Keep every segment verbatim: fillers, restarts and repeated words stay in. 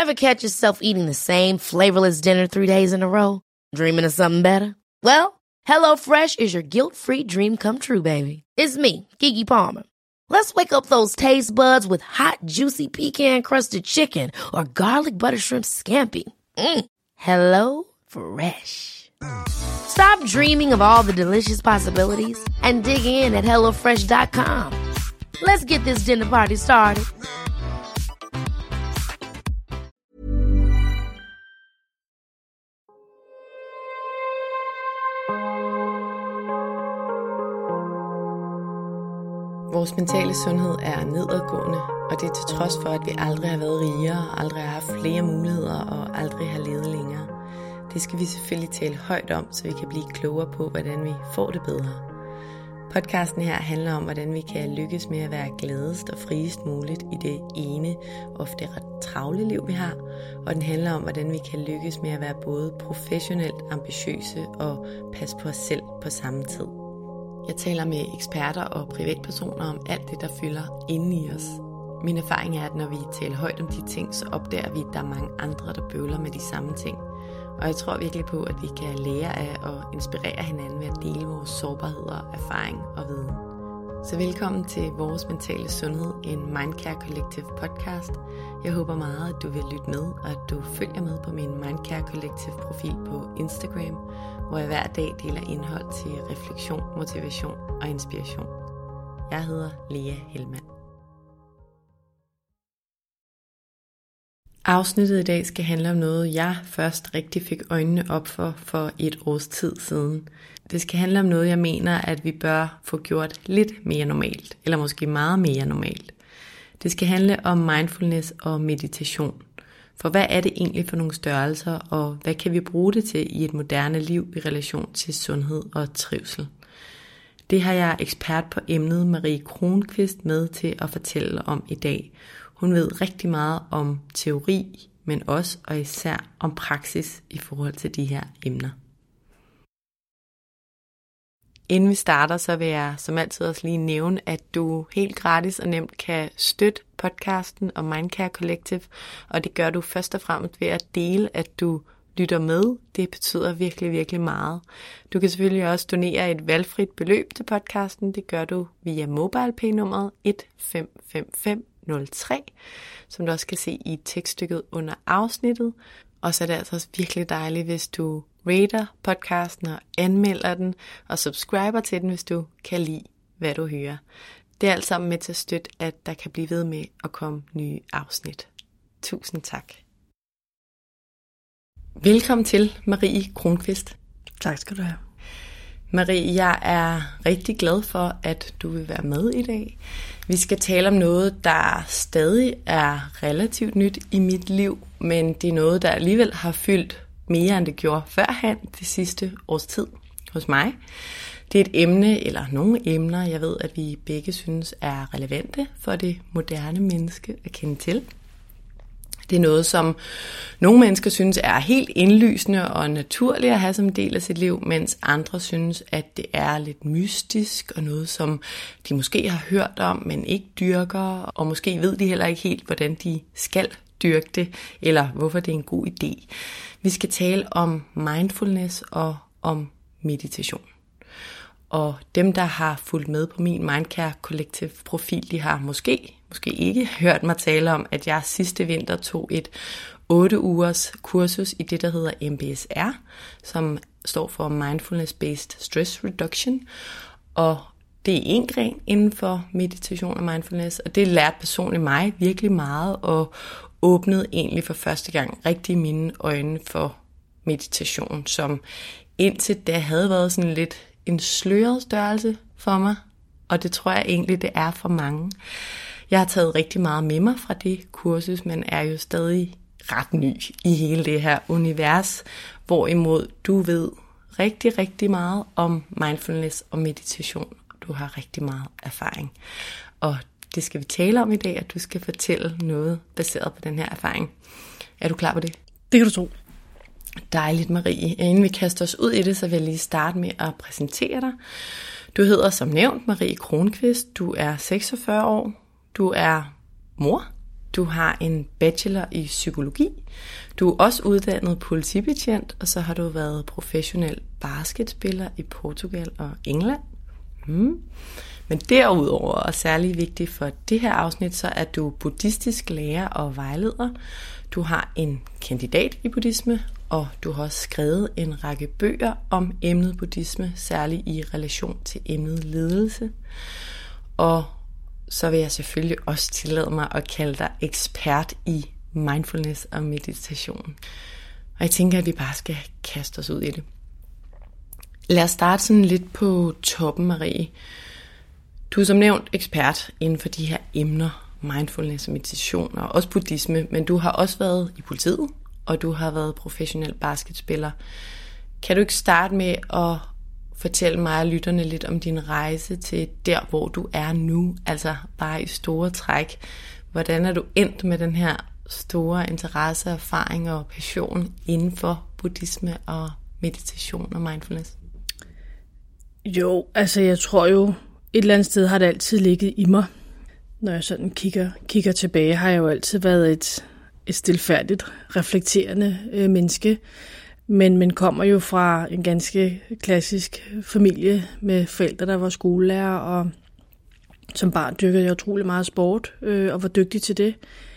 Ever catch yourself eating the same flavorless dinner three days in a row? Dreaming of something better? Well, HelloFresh is your guilt-free dream come true, baby. It's me, Keke Palmer. Let's wake up those taste buds with hot, juicy pecan-crusted chicken or garlic butter shrimp scampi. Mm. Hello Fresh. Stop dreaming of all the delicious possibilities and dig in at hello fresh dot com. Let's get this dinner party started. Vores mentale sundhed er nedadgående, og det er til trods for, at vi aldrig har været rigere, aldrig har haft flere muligheder og aldrig har levet længere. Det skal vi selvfølgelig tale højt om, så vi kan blive klogere på, hvordan vi får det bedre. Podcasten her handler om, hvordan vi kan lykkes med at være gladest og friest muligt i det ene, ofte ret travle liv, vi har. Og den handler om, hvordan vi kan lykkes med at være både professionelt ambitiøse og passe på os selv på samme tid. Jeg taler med eksperter og privatpersoner om alt det, der fylder inde i os. Min erfaring er, at når vi taler højt om de ting, så opdager vi, at der er mange andre, der bøvler med de samme ting. Og jeg tror virkelig på, at vi kan lære af og inspirere hinanden ved at dele vores sårbarheder, erfaring og viden. Så velkommen til Vores Mentale Sundhed, en Mindcare Collective podcast. Jeg håber meget, at du vil lytte med, og at du følger med på min Mindcare Collective profil på Instagram, hvor jeg hver dag deler indhold til refleksion, motivation og inspiration. Jeg hedder Lea Hellmann. Afsnittet i dag skal handle om noget, jeg først rigtig fik øjnene op for for et års tid siden. Det skal handle om noget, jeg mener, at vi bør få gjort lidt mere normalt, eller måske meget mere normalt. Det skal handle om mindfulness og meditation. For hvad er det egentlig for nogle størrelser, og hvad kan vi bruge det til i et moderne liv i relation til sundhed og trivsel? Det har jeg ekspert på emnet Marie Kronqvist med til at fortælle om i dag. Hun ved rigtig meget om teori, men også og især om praksis i forhold til de her emner. Inden vi starter, så vil jeg som altid også lige nævne, at du helt gratis og nemt kan støtte podcasten og Mindcare Collective, og det gør du først og fremmest ved at dele, at du lytter med. Det betyder virkelig, virkelig meget. Du kan selvfølgelig også donere et valgfrit beløb til podcasten. Det gør du via MobilePay-nummeret et fem fem fem nul tre, som du også kan se i tekststykket under afsnittet. Og så er det altså også virkelig dejligt, hvis du rater podcasten og anmelder den, og subscriber til den, hvis du kan lide, hvad du hører. Det er alt sammen med til at støtte, at der kan blive ved med at komme nye afsnit. Tusind tak. Velkommen til, Marie Kronqvist. Tak skal du have. Marie, jeg er rigtig glad for, at du vil være med i dag. Vi skal tale om noget, der stadig er relativt nyt i mit liv, men det er noget, der alligevel har fyldt mere, end det gjorde førhen det sidste års tid hos mig. Det er et emne, eller nogle emner, jeg ved, at vi begge synes er relevante for det moderne menneske at kende til. Det er noget, som nogle mennesker synes er helt indlysende og naturligt at have som del af sit liv, mens andre synes, at det er lidt mystisk og noget, som de måske har hørt om, men ikke dyrker, og måske ved de heller ikke helt, hvordan de skal dyrke det, eller hvorfor det er en god idé. Vi skal tale om mindfulness og om meditation. Og dem, der har fulgt med på min Mindcare Collective profil, de har måske, måske ikke hørt mig tale om, at jeg sidste vinter tog et otte ugers kursus i det, der hedder M B S R, som står for Mindfulness Based Stress Reduction. Og det er en gren inden for meditation og mindfulness, og det lærte personligt mig virkelig meget, og åbnede egentlig for første gang rigtig mine øjne for meditation, som indtil da havde været sådan lidt en sløret størrelse for mig, og det tror jeg egentlig, det er for mange. Jeg har taget rigtig meget med mig fra det kursus, men er jo stadig ret ny i hele det her univers, hvorimod du ved rigtig, rigtig meget om mindfulness og meditation. Du har rigtig meget erfaring, og det skal vi tale om i dag, at du skal fortælle noget baseret på den her erfaring. Er du klar på det? Det kan du tro. Dejligt, Marie. Inden vi kaster os ud i det, så vil jeg lige starte med at præsentere dig. Du hedder som nævnt Marie Kronqvist. Du er seksogfyrre år. Du er mor Du har en bachelor i psykologi. Du er også uddannet politibetjent, og så har du været professionel basketspiller i Portugal og England. Hmm. Men derudover, og særlig vigtigt for det her afsnit, så er du buddhistisk lærer og vejleder. Du har en kandidat i buddhisme, og du har også skrevet en række bøger om emnet buddhisme, særligt i relation til emnet ledelse. Og så vil jeg selvfølgelig også tillade mig at kalde dig ekspert i mindfulness og meditation. Og jeg tænker, at vi bare skal kaste os ud i det. Lad os starte sådan lidt på toppen, Marie. Du er som nævnt ekspert inden for de her emner, mindfulness og meditation og også buddhisme, men du har også været i politiet, og du har været professionel basketspiller. Kan du ikke starte med at fortælle mig og lytterne lidt om din rejse til der, hvor du er nu, altså bare i store træk? Hvordan er du endt med den her store interesse, erfaring og passion inden for buddhisme og meditation og mindfulness? Jo, altså jeg tror jo, et eller andet sted har det altid ligget i mig. Når jeg sådan kigger, kigger tilbage, har jeg jo altid været et, et stilfærdigt, reflekterende øh, menneske. Men man kommer jo fra en ganske klassisk familie med forældre, der var skolelærer, og som barn dyrkede jeg utrolig meget sport, øh, og var dygtig til det.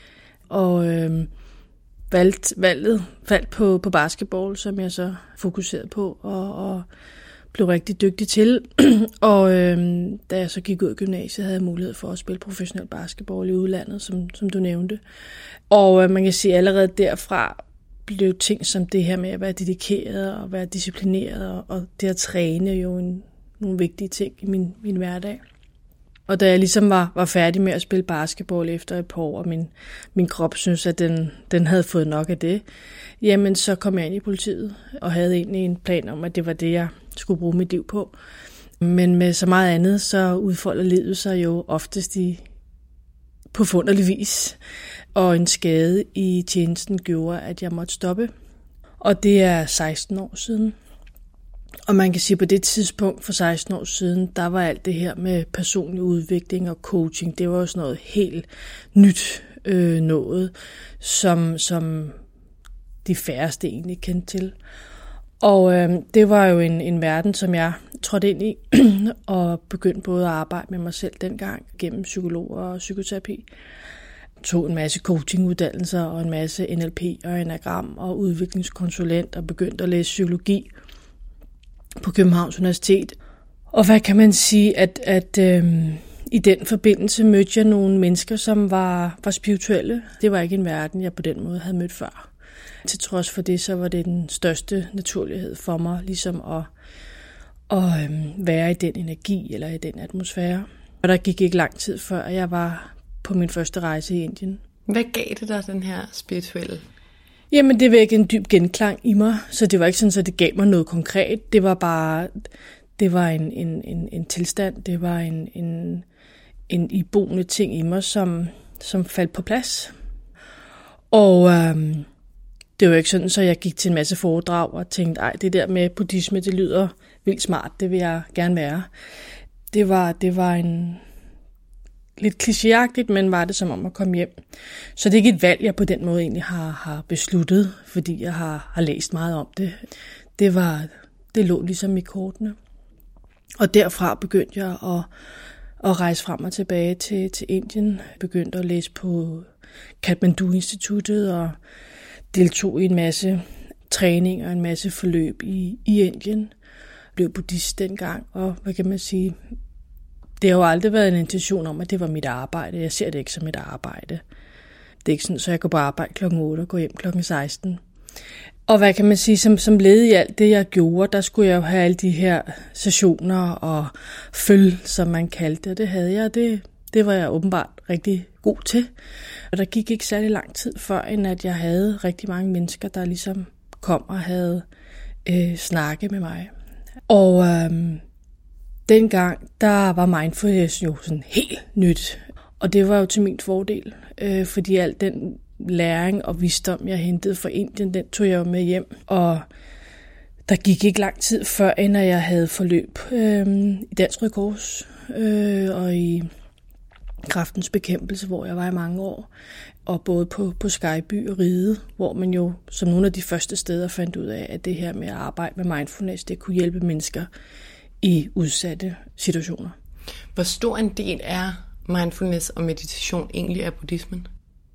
Og øh, valgt, valget faldt på, på basketball, som jeg så fokuserede på, og, og blev rigtig dygtig til. Og øh, da jeg så gik ud af gymnasiet, havde jeg mulighed for at spille professionel basketball i udlandet, som, som du nævnte. Og øh, man kan sige, allerede derfra blev ting som det her med at være dedikeret og være disciplineret, og det at træne jo en, nogle vigtige ting i min, min hverdag. Og da jeg ligesom var, var færdig med at spille basketball efter et par år, og min, min krop synes, at den, den havde fået nok af det, jamen så kom jeg ind i politiet og havde egentlig en plan om, at det var det, jeg skulle bruge mit liv på. Men med så meget andet, så udfolder livet sig jo oftest i, på forunderlig vis. Og en skade i tjenesten gjorde, at jeg måtte stoppe. Og det er seksten år siden. Og man kan sige, at på det tidspunkt for seksten år siden, der var alt det her med personlig udvikling og coaching, det var jo sådan noget helt nyt øh, noget, som, som de færreste egentlig kendte til. Og øh, det var jo en, en verden, som jeg trådte ind i, og begyndte både at arbejde med mig selv dengang, gennem psykolog og psykoterapi. Tog en masse coachinguddannelser og en masse N L P og enagram og udviklingskonsulent, og begyndte at læse psykologi på Københavns Universitet. Og hvad kan man sige, at, at øh, i den forbindelse mødte jeg nogle mennesker, som var, var spirituelle. Det var ikke en verden, jeg på den måde havde mødt før. Til trods for det, så var det den største naturlighed for mig, ligesom at, at øh, være i den energi eller i den atmosfære. Og der gik ikke lang tid før, jeg var på min første rejse i Indien. Hvad gav det dig, den her spirituelle? Jamen, det vækkede en dyb genklang i mig, så det var ikke sådan, at det gav mig noget konkret. Det var bare, det var en, en, en, en tilstand, det var en, en, en iboende ting i mig, som, som faldt på plads. Og øhm, det var ikke sådan, så jeg gik til en masse foredrag og tænkte, ej, det der med buddhisme, det lyder vildt smart, det vil jeg gerne være. Det var, det var en lidt klichéagtigt, men var det som om at komme hjem. Så det er ikke et valg, jeg på den måde egentlig har, har besluttet, fordi jeg har, har læst meget om det. Det var, det lå ligesom i kortene. Og derfra begyndte jeg at, at rejse frem og tilbage til, til Indien. Begyndte at læse på Kathmandu-instituttet og deltog i en masse træninger og en masse forløb i, i Indien. Blev buddhist dengang, og hvad kan man sige, det har jo aldrig været en intention om, at det var mit arbejde. Jeg ser det ikke som et arbejde. Det er ikke sådan, så jeg går på arbejde klokken otte og går hjem klokken seksten. Og hvad kan man sige, som, som led i alt det, jeg gjorde, der skulle jeg jo have alle de her sessioner og følge, som man kaldte det. Det havde jeg, det, det var jeg åbenbart rigtig god til. Og der gik ikke særlig lang tid før, end at jeg havde rigtig mange mennesker, der ligesom kom og havde øh, snakket med mig. Og øh, dengang, der var mindfulness jo sådan helt nyt. Og det var jo til min fordel, øh, fordi al den læring og visdom, jeg hentede fra Indien, den tog jeg jo med hjem. Og der gik ikke lang tid før, end jeg havde forløb øh, i Dansk Røde Kors øh, og i Kræftens Bekæmpelse, hvor jeg var i mange år, og både på, på Skyby og Ride, hvor man jo som nogle af de første steder fandt ud af, at det her med at arbejde med mindfulness, det kunne hjælpe mennesker i udsatte situationer. Hvor stor en del er mindfulness og meditation egentlig af buddhismen?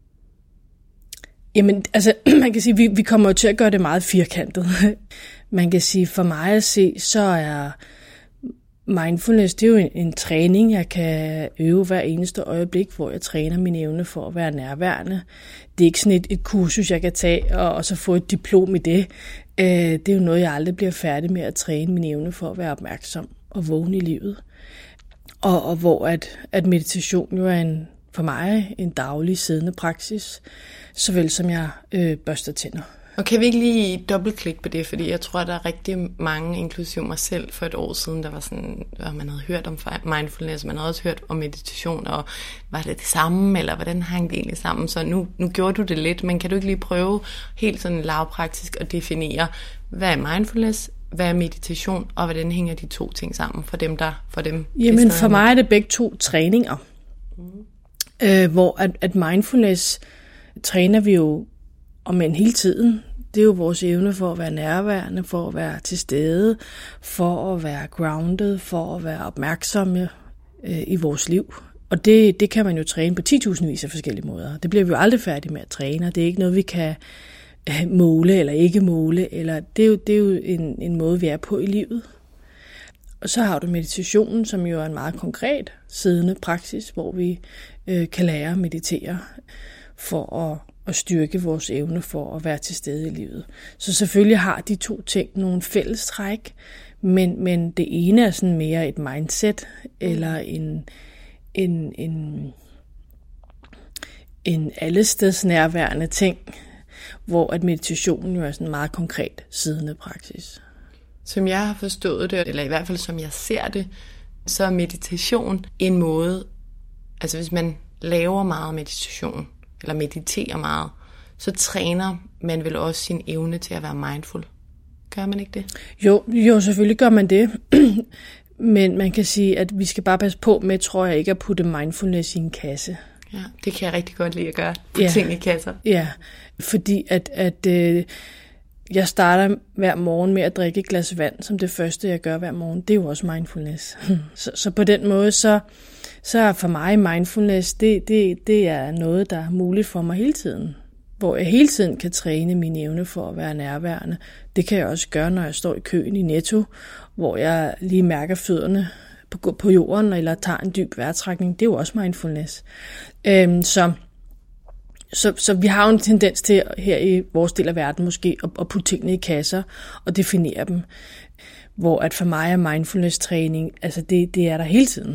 Jamen, altså, man kan sige, vi, vi kommer jo til at gøre det meget firkantet. Man kan sige, for mig at se, så er mindfulness, det er jo en, en træning, jeg kan øve hver eneste øjeblik, hvor jeg træner min evne for at være nærværende. Det er ikke sådan et, et kursus, jeg kan tage og, og så få et diplom i det. Øh, det er jo noget, jeg aldrig bliver færdig med at træne min evne for at være opmærksom og vågen i livet. Og, og hvor at, at meditation jo er en, for mig en daglig siddende praksis, såvel som jeg øh, børster tænder. Og kan vi ikke lige dobbeltklikke på det, fordi jeg tror, der er rigtig mange, inklusive mig selv, for et år siden, der var sådan, at man havde hørt om mindfulness, man havde også hørt om meditation, og var det det samme, eller hvordan hang det egentlig sammen? Så nu, nu gjorde du det lidt, men kan du ikke lige prøve helt sådan lavpraktisk at definere, hvad er mindfulness, hvad er meditation, og hvordan hænger de to ting sammen for dem, der for dem? Jamen for mig er det begge to træninger, mm. øh, hvor at, at mindfulness træner vi jo om en hele tiden. Det er jo vores evne for at være nærværende, for at være til stede, for at være grounded, for at være opmærksomme øh, i vores liv. Og det, det kan man jo træne på ti tusind vis af forskellige måder. Det bliver vi jo aldrig færdige med at træne, og det er ikke noget, vi kan øh, måle eller ikke måle. Eller, det er jo, det er jo en, en måde, vi er på i livet. Og så har du meditationen, som jo er en meget konkret siddende praksis, hvor vi øh, kan lære at meditere for at og styrke vores evne for at være til stede i livet. Så selvfølgelig har de to ting nogle fælles træk, men, men det ene er sådan mere et mindset, eller en, en, en, en allesteds nærværende ting, hvor at meditationen jo er sådan en meget konkret siddende praksis. Som jeg har forstået det, eller i hvert fald som jeg ser det, så er meditation en måde, altså hvis man laver meget meditation, eller mediterer meget, så træner man vel også sin evne til at være mindful. Gør man ikke det? Jo, jo selvfølgelig gør man det. Men man kan sige, at vi skal bare passe på med, tror jeg ikke, at putte mindfulness i en kasse. Ja, det kan jeg rigtig godt lide at gøre. Putte ja. ting i kasser. Ja, fordi at, at øh, jeg starter hver morgen med at drikke et glas vand, som det første, jeg gør hver morgen. Det er jo også mindfulness. så, så på den måde, så Så er for mig mindfulness, det, det, det er noget, der er muligt for mig hele tiden. Hvor jeg hele tiden kan træne min evne for at være nærværende. Det kan jeg også gøre, når jeg står i køen i Netto, hvor jeg lige mærker fødderne på, på jorden, eller tager en dyb vejrtrækning. Det er jo også mindfulness. Øhm, så, så, så vi har jo en tendens til her i vores del af verden måske at, at putte tingene i kasser og definere dem. Hvor at for mig er mindfulness-træning, altså det, det er der hele tiden.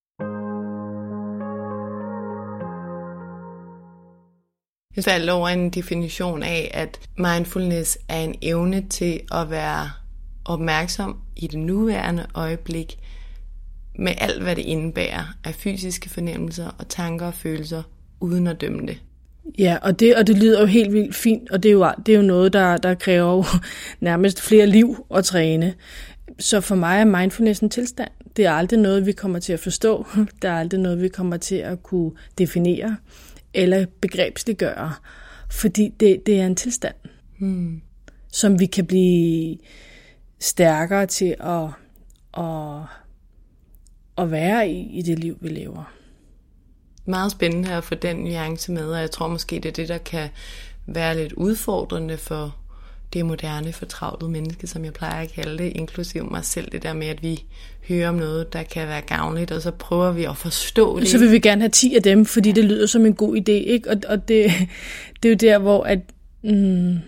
Jeg faldt over en definition af, at mindfulness er en evne til at være opmærksom i det nuværende øjeblik, med alt, hvad det indebærer af fysiske fornemmelser og tanker og følelser, uden at dømme det. Ja, og det, og det lyder jo helt vildt fint, og det er jo, det er jo noget, der, der kræver jo nærmest flere liv at træne. Så for mig er mindfulness en tilstand. Det er aldrig noget, vi kommer til at forstå. Det er aldrig noget, vi kommer til at kunne definere eller begrebsliggøre, fordi det, det er en tilstand, hmm. som vi kan blive stærkere til at, at, at være i, i det liv, vi lever. Meget spændende at få den nuance med, og jeg tror måske, det er det, der kan være lidt udfordrende for det moderne, fortravlede menneske, som jeg plejer at kalde det, inklusive mig selv, det der med, at vi hører om noget, der kan være gavnligt, og så prøver vi at forstå det. Så vil vi gerne have ti af dem, fordi det lyder som en god idé, ikke? Og, og det, det er jo der, hvor at, mm,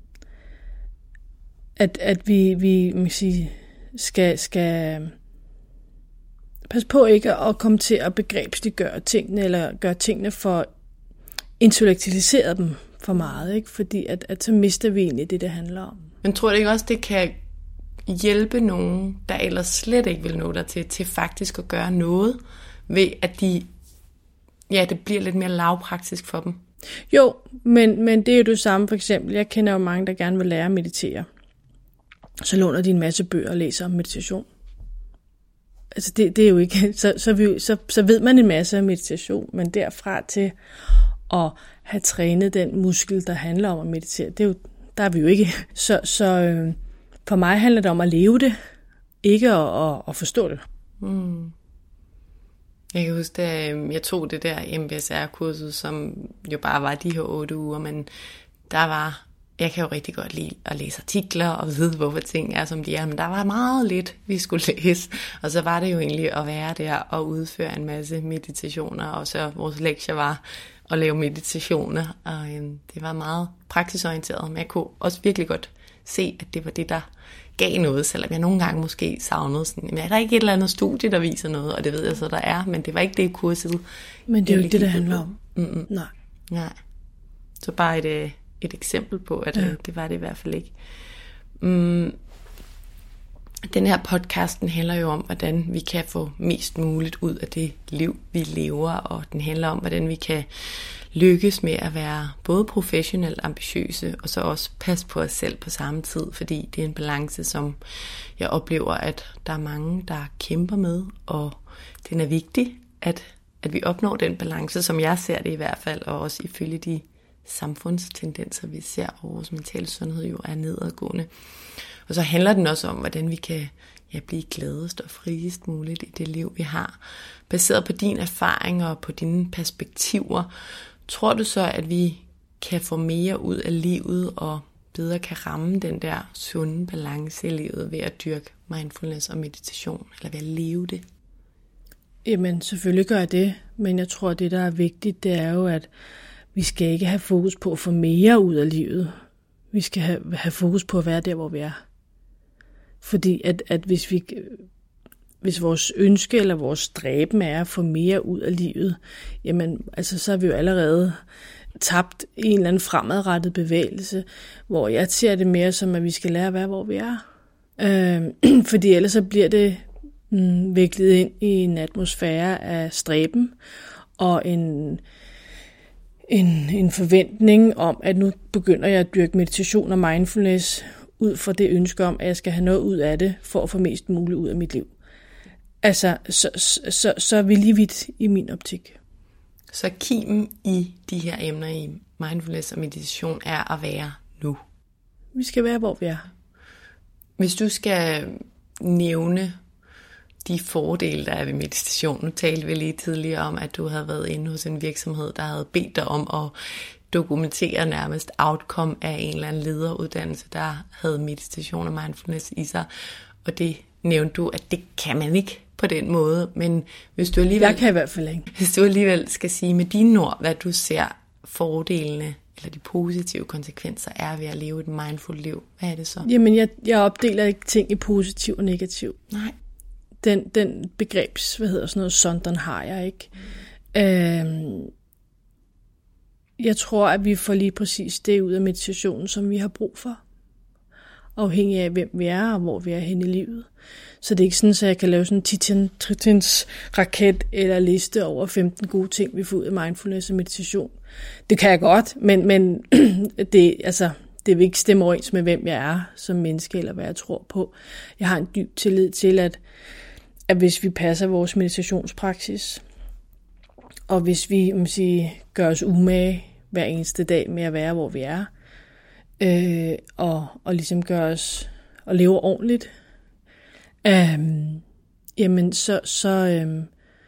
at, at vi, vi man sige, skal, skal passe på ikke at komme til at begrebsliggøre tingene, eller gøre tingene for intellektualisere dem for meget, ikke? Fordi at, at så mister vi egentlig det, det handler om. Men tror du ikke også, det kan hjælpe nogen, der ellers slet ikke vil nå der til, til faktisk at gøre noget, ved at de, ja, det bliver lidt mere lavpraktisk for dem? Jo, men, men det er jo det samme. For eksempel, jeg kender jo mange, der gerne vil lære at meditere. Så låner de en masse bøger og læser om meditation. Altså det, det er jo ikke, så, så, vi, så, så ved man en masse om meditation, men derfra til at have trænet den muskel, der handler om at meditere. Det er jo, der er vi jo ikke. Så, så øh, for mig handler det om at leve det, ikke at, at, at forstå det. Mm. Jeg kan huske, at jeg tog det der M B S R-kurset, som jo bare var de her otte uger, men der var, jeg kan jo rigtig godt lide at læse artikler og vide, hvorfor ting er, som de er, men der var meget lidt, vi skulle læse, og så var det jo egentlig at være der og udføre en masse meditationer, og så vores lektier var at lave meditationer, og øhm, det var meget praksisorienteret, men jeg kunne også virkelig godt se, at det var det, der gav noget, selvom jeg nogle gange måske savnede sådan, men er der ikke et eller andet studie, der viser noget, og det ved jeg så, der er, men det var ikke det kurset. Men det er jo ikke det, det handler om. Mm-mm. Nej. Nej. Så bare et, et eksempel på, at ja. det var det i hvert fald ikke. Mm. Den her podcasten handler jo om, hvordan vi kan få mest muligt ud af det liv, vi lever, og den handler om, hvordan vi kan lykkes med at være både professionelt ambitiøse, og så også passe på os selv på samme tid, fordi det er en balance, som jeg oplever, at der er mange, der kæmper med, og den er vigtig, at, at vi opnår den balance, som jeg ser det i hvert fald, og også ifølge de samfundstendenser, vi ser, og vores mentale sundhed jo er nedadgående. Og så handler den også om, hvordan vi kan ja, blive gladest og friest muligt i det liv, vi har. Baseret på dine erfaringer og på dine perspektiver, tror du så, at vi kan få mere ud af livet og bedre kan ramme den der sunde balance i livet ved at dyrke mindfulness og meditation, eller ved at leve det? Jamen, selvfølgelig gør jeg det, men jeg tror, at det, der er vigtigt, det er jo, at vi skal ikke have fokus på at få mere ud af livet. Vi skal have, have fokus på at være der, hvor vi er. Fordi at, at hvis, vi, hvis vores ønske eller vores stræben er at få mere ud af livet, jamen altså, så har vi jo allerede tabt en eller anden fremadrettet bevægelse, hvor jeg ser det mere som, at vi skal lære at være, hvor vi er. Øh, fordi ellers så bliver det mm, viklet ind i en atmosfære af stræben og en... En, en forventning om, at nu begynder jeg at dyrke meditation og mindfulness ud fra det ønske om, at jeg skal have noget ud af det, for at få mest muligt ud af mit liv. Altså, så, så, så, så er vi lige vidt i min optik. Så kimen i de her emner i mindfulness og meditation er at være nu. Vi skal være, hvor vi er. Hvis du skal nævne de fordele, der er ved meditation. Nu talte vi lige tidligere om, at du havde været inde hos en virksomhed, der havde bedt dig om at dokumentere nærmest outcome af en eller anden lederuddannelse, der havde meditation og mindfulness i sig. Og det nævnte du, at det kan man ikke på den måde. Men hvis du alligevel, jeg kan i hvert fald ikke. Hvis du alligevel skal sige med dine ord, hvad du ser fordelene eller de positive konsekvenser er ved at leve et mindful liv, hvad er det så? Jamen, jeg, jeg opdeler ikke ting i positiv og negativ. Nej. Den, den begrebs, hvad hedder sådan noget, sådan har jeg ikke. Mm. Øhm, jeg tror, at vi får lige præcis det ud af meditationen, som vi har brug for. Afhængig af, hvem vi er og hvor vi er henne i livet. Så det er ikke sådan, at jeg kan lave sådan en tritins raket eller liste over femten gode ting, vi får ud af mindfulness og meditation. Det kan jeg godt, men, men det, altså, det vil ikke stemme overens med, hvem jeg er som menneske eller hvad jeg tror på. Jeg har en dyb tillid til, at at hvis vi passer vores meditationspraksis, og hvis vi man sige, gør os umage hver eneste dag med at være, hvor vi er, øh, og, og ligesom gør os og lever ordentligt, øh, jamen så, så, øh,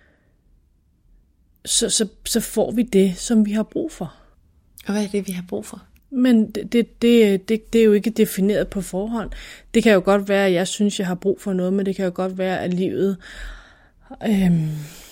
så, så, så får vi det, som vi har brug for. Og hvad er det, vi har brug for? Men det, det, det, det, det er jo ikke defineret på forhånd. Det kan jo godt være, at jeg synes, jeg har brug for noget, men det kan jo godt være, at livet øhm,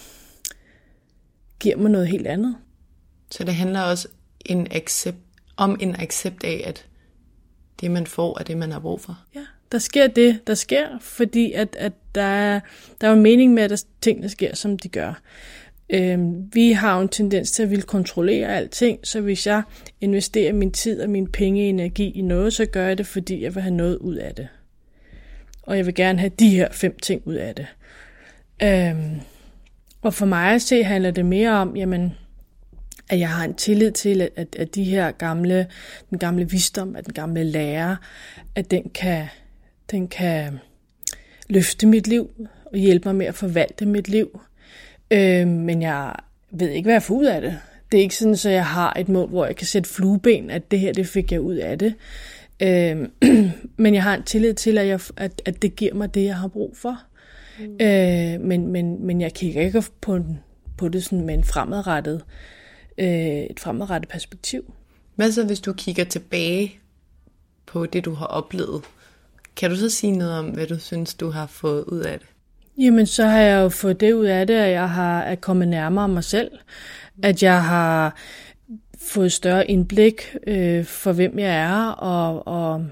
giver mig noget helt andet. Så det handler også en accept, om en accept af, at det, man får, er det, man har brug for? Ja, der sker det, der sker, fordi at, at der, er, der er en mening med, at tingene sker, som de gør. Øhm, vi har jo en tendens til at ville kontrollere alting, så hvis jeg investerer min tid og min penge og energi i noget, så gør jeg det, fordi jeg vil have noget ud af det. Og jeg vil gerne have de her fem ting ud af det. Øhm, og for mig at se handler det mere om, jamen, at jeg har en tillid til, at, at de her gamle, den gamle visdom, at den gamle lærer, at den kan, den kan løfte mit liv og hjælpe mig med at forvalte mit liv. Øh, men jeg ved ikke, hvad jeg får ud af det. Det er ikke sådan, at jeg har et mål, hvor jeg kan sætte flueben, at det her, det fik jeg ud af det. Øh, men jeg har en tillid til, at, jeg, at, at det giver mig det, jeg har brug for. Mm. Øh, men, men, men jeg kigger ikke på, på det sådan med en fremadrettet, øh, et fremadrettet perspektiv. Hvad så, hvis du kigger tilbage på det, du har oplevet? Kan du så sige noget om, hvad du synes, du har fået ud af det? Jamen, så har jeg jo fået det ud af det, at jeg har er kommet nærmere mig selv. At jeg har fået større indblik øh, for, hvem jeg er. Og, og,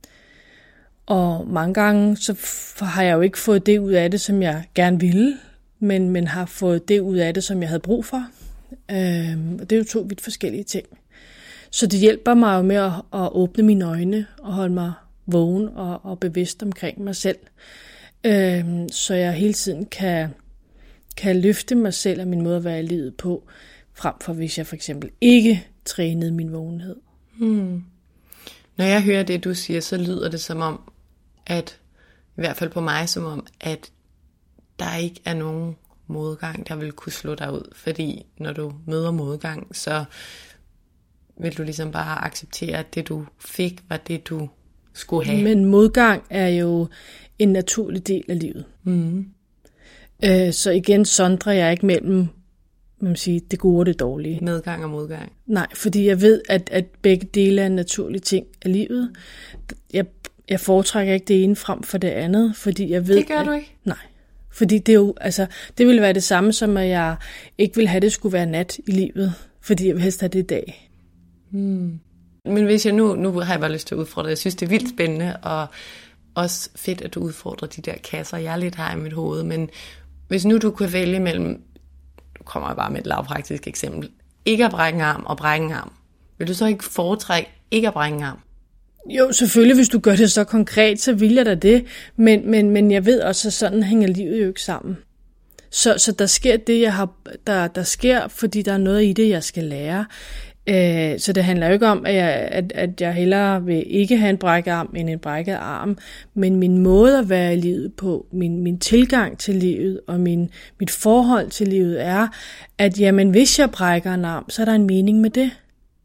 og mange gange, så har jeg jo ikke fået det ud af det, som jeg gerne ville. Men, men har fået det ud af det, som jeg havde brug for. Øh, og det er jo to vidt forskellige ting. Så det hjælper mig jo med at, at åbne mine øjne og holde mig vågen og, og bevidst omkring mig selv. Øhm, så jeg hele tiden kan, kan løfte mig selv og min måde at være i livet på, frem for hvis jeg for eksempel ikke trænede min vågenhed. Hmm. Når jeg hører det, du siger, så lyder det som om, at i hvert fald på mig, som om, at der ikke er nogen modgang, der vil kunne slå dig ud. Fordi når du møder modgang, så vil du ligesom bare acceptere, at det du fik, var det du skulle have. Men modgang er jo en naturlig del af livet. Mm. Øh, så igen sondrer jeg ikke mellem man sige, det gode og det dårlige. Medgang og modgang. Nej, fordi jeg ved, at, at begge dele er en naturlig ting af livet. Jeg, jeg foretrækker ikke det ene frem for det andet, fordi jeg ved... Det gør at, du ikke? Nej. Fordi det er jo, altså, det ville være det samme som, at jeg ikke ville have, at det skulle være nat i livet, fordi jeg vil helst have det i dag. Hmm. Men hvis jeg nu, nu har jeg bare lyst til at udfordre, jeg synes det er vildt spændende, og også fedt, at du udfordrer de der kasser, jeg lidt har i mit hoved, men hvis nu du kunne vælge mellem, nu kommer jeg bare med et lavpraktisk eksempel, ikke at brække en arm og brække en arm, vil du så ikke foretrække ikke at brække en arm? Jo, selvfølgelig, hvis du gør det så konkret, så vil jeg da det, men, men, men jeg ved også, at sådan hænger livet jo ikke sammen. Så, så der sker det, jeg har, der, der sker, fordi der er noget i det, jeg skal lære. Så det handler jo ikke om, at jeg, at, at jeg hellere vil ikke have en brækket arm end en brækket arm, men min måde at være i livet på, min, min tilgang til livet og min, mit forhold til livet er, at jamen, hvis jeg brækker en arm, så er der en mening med det.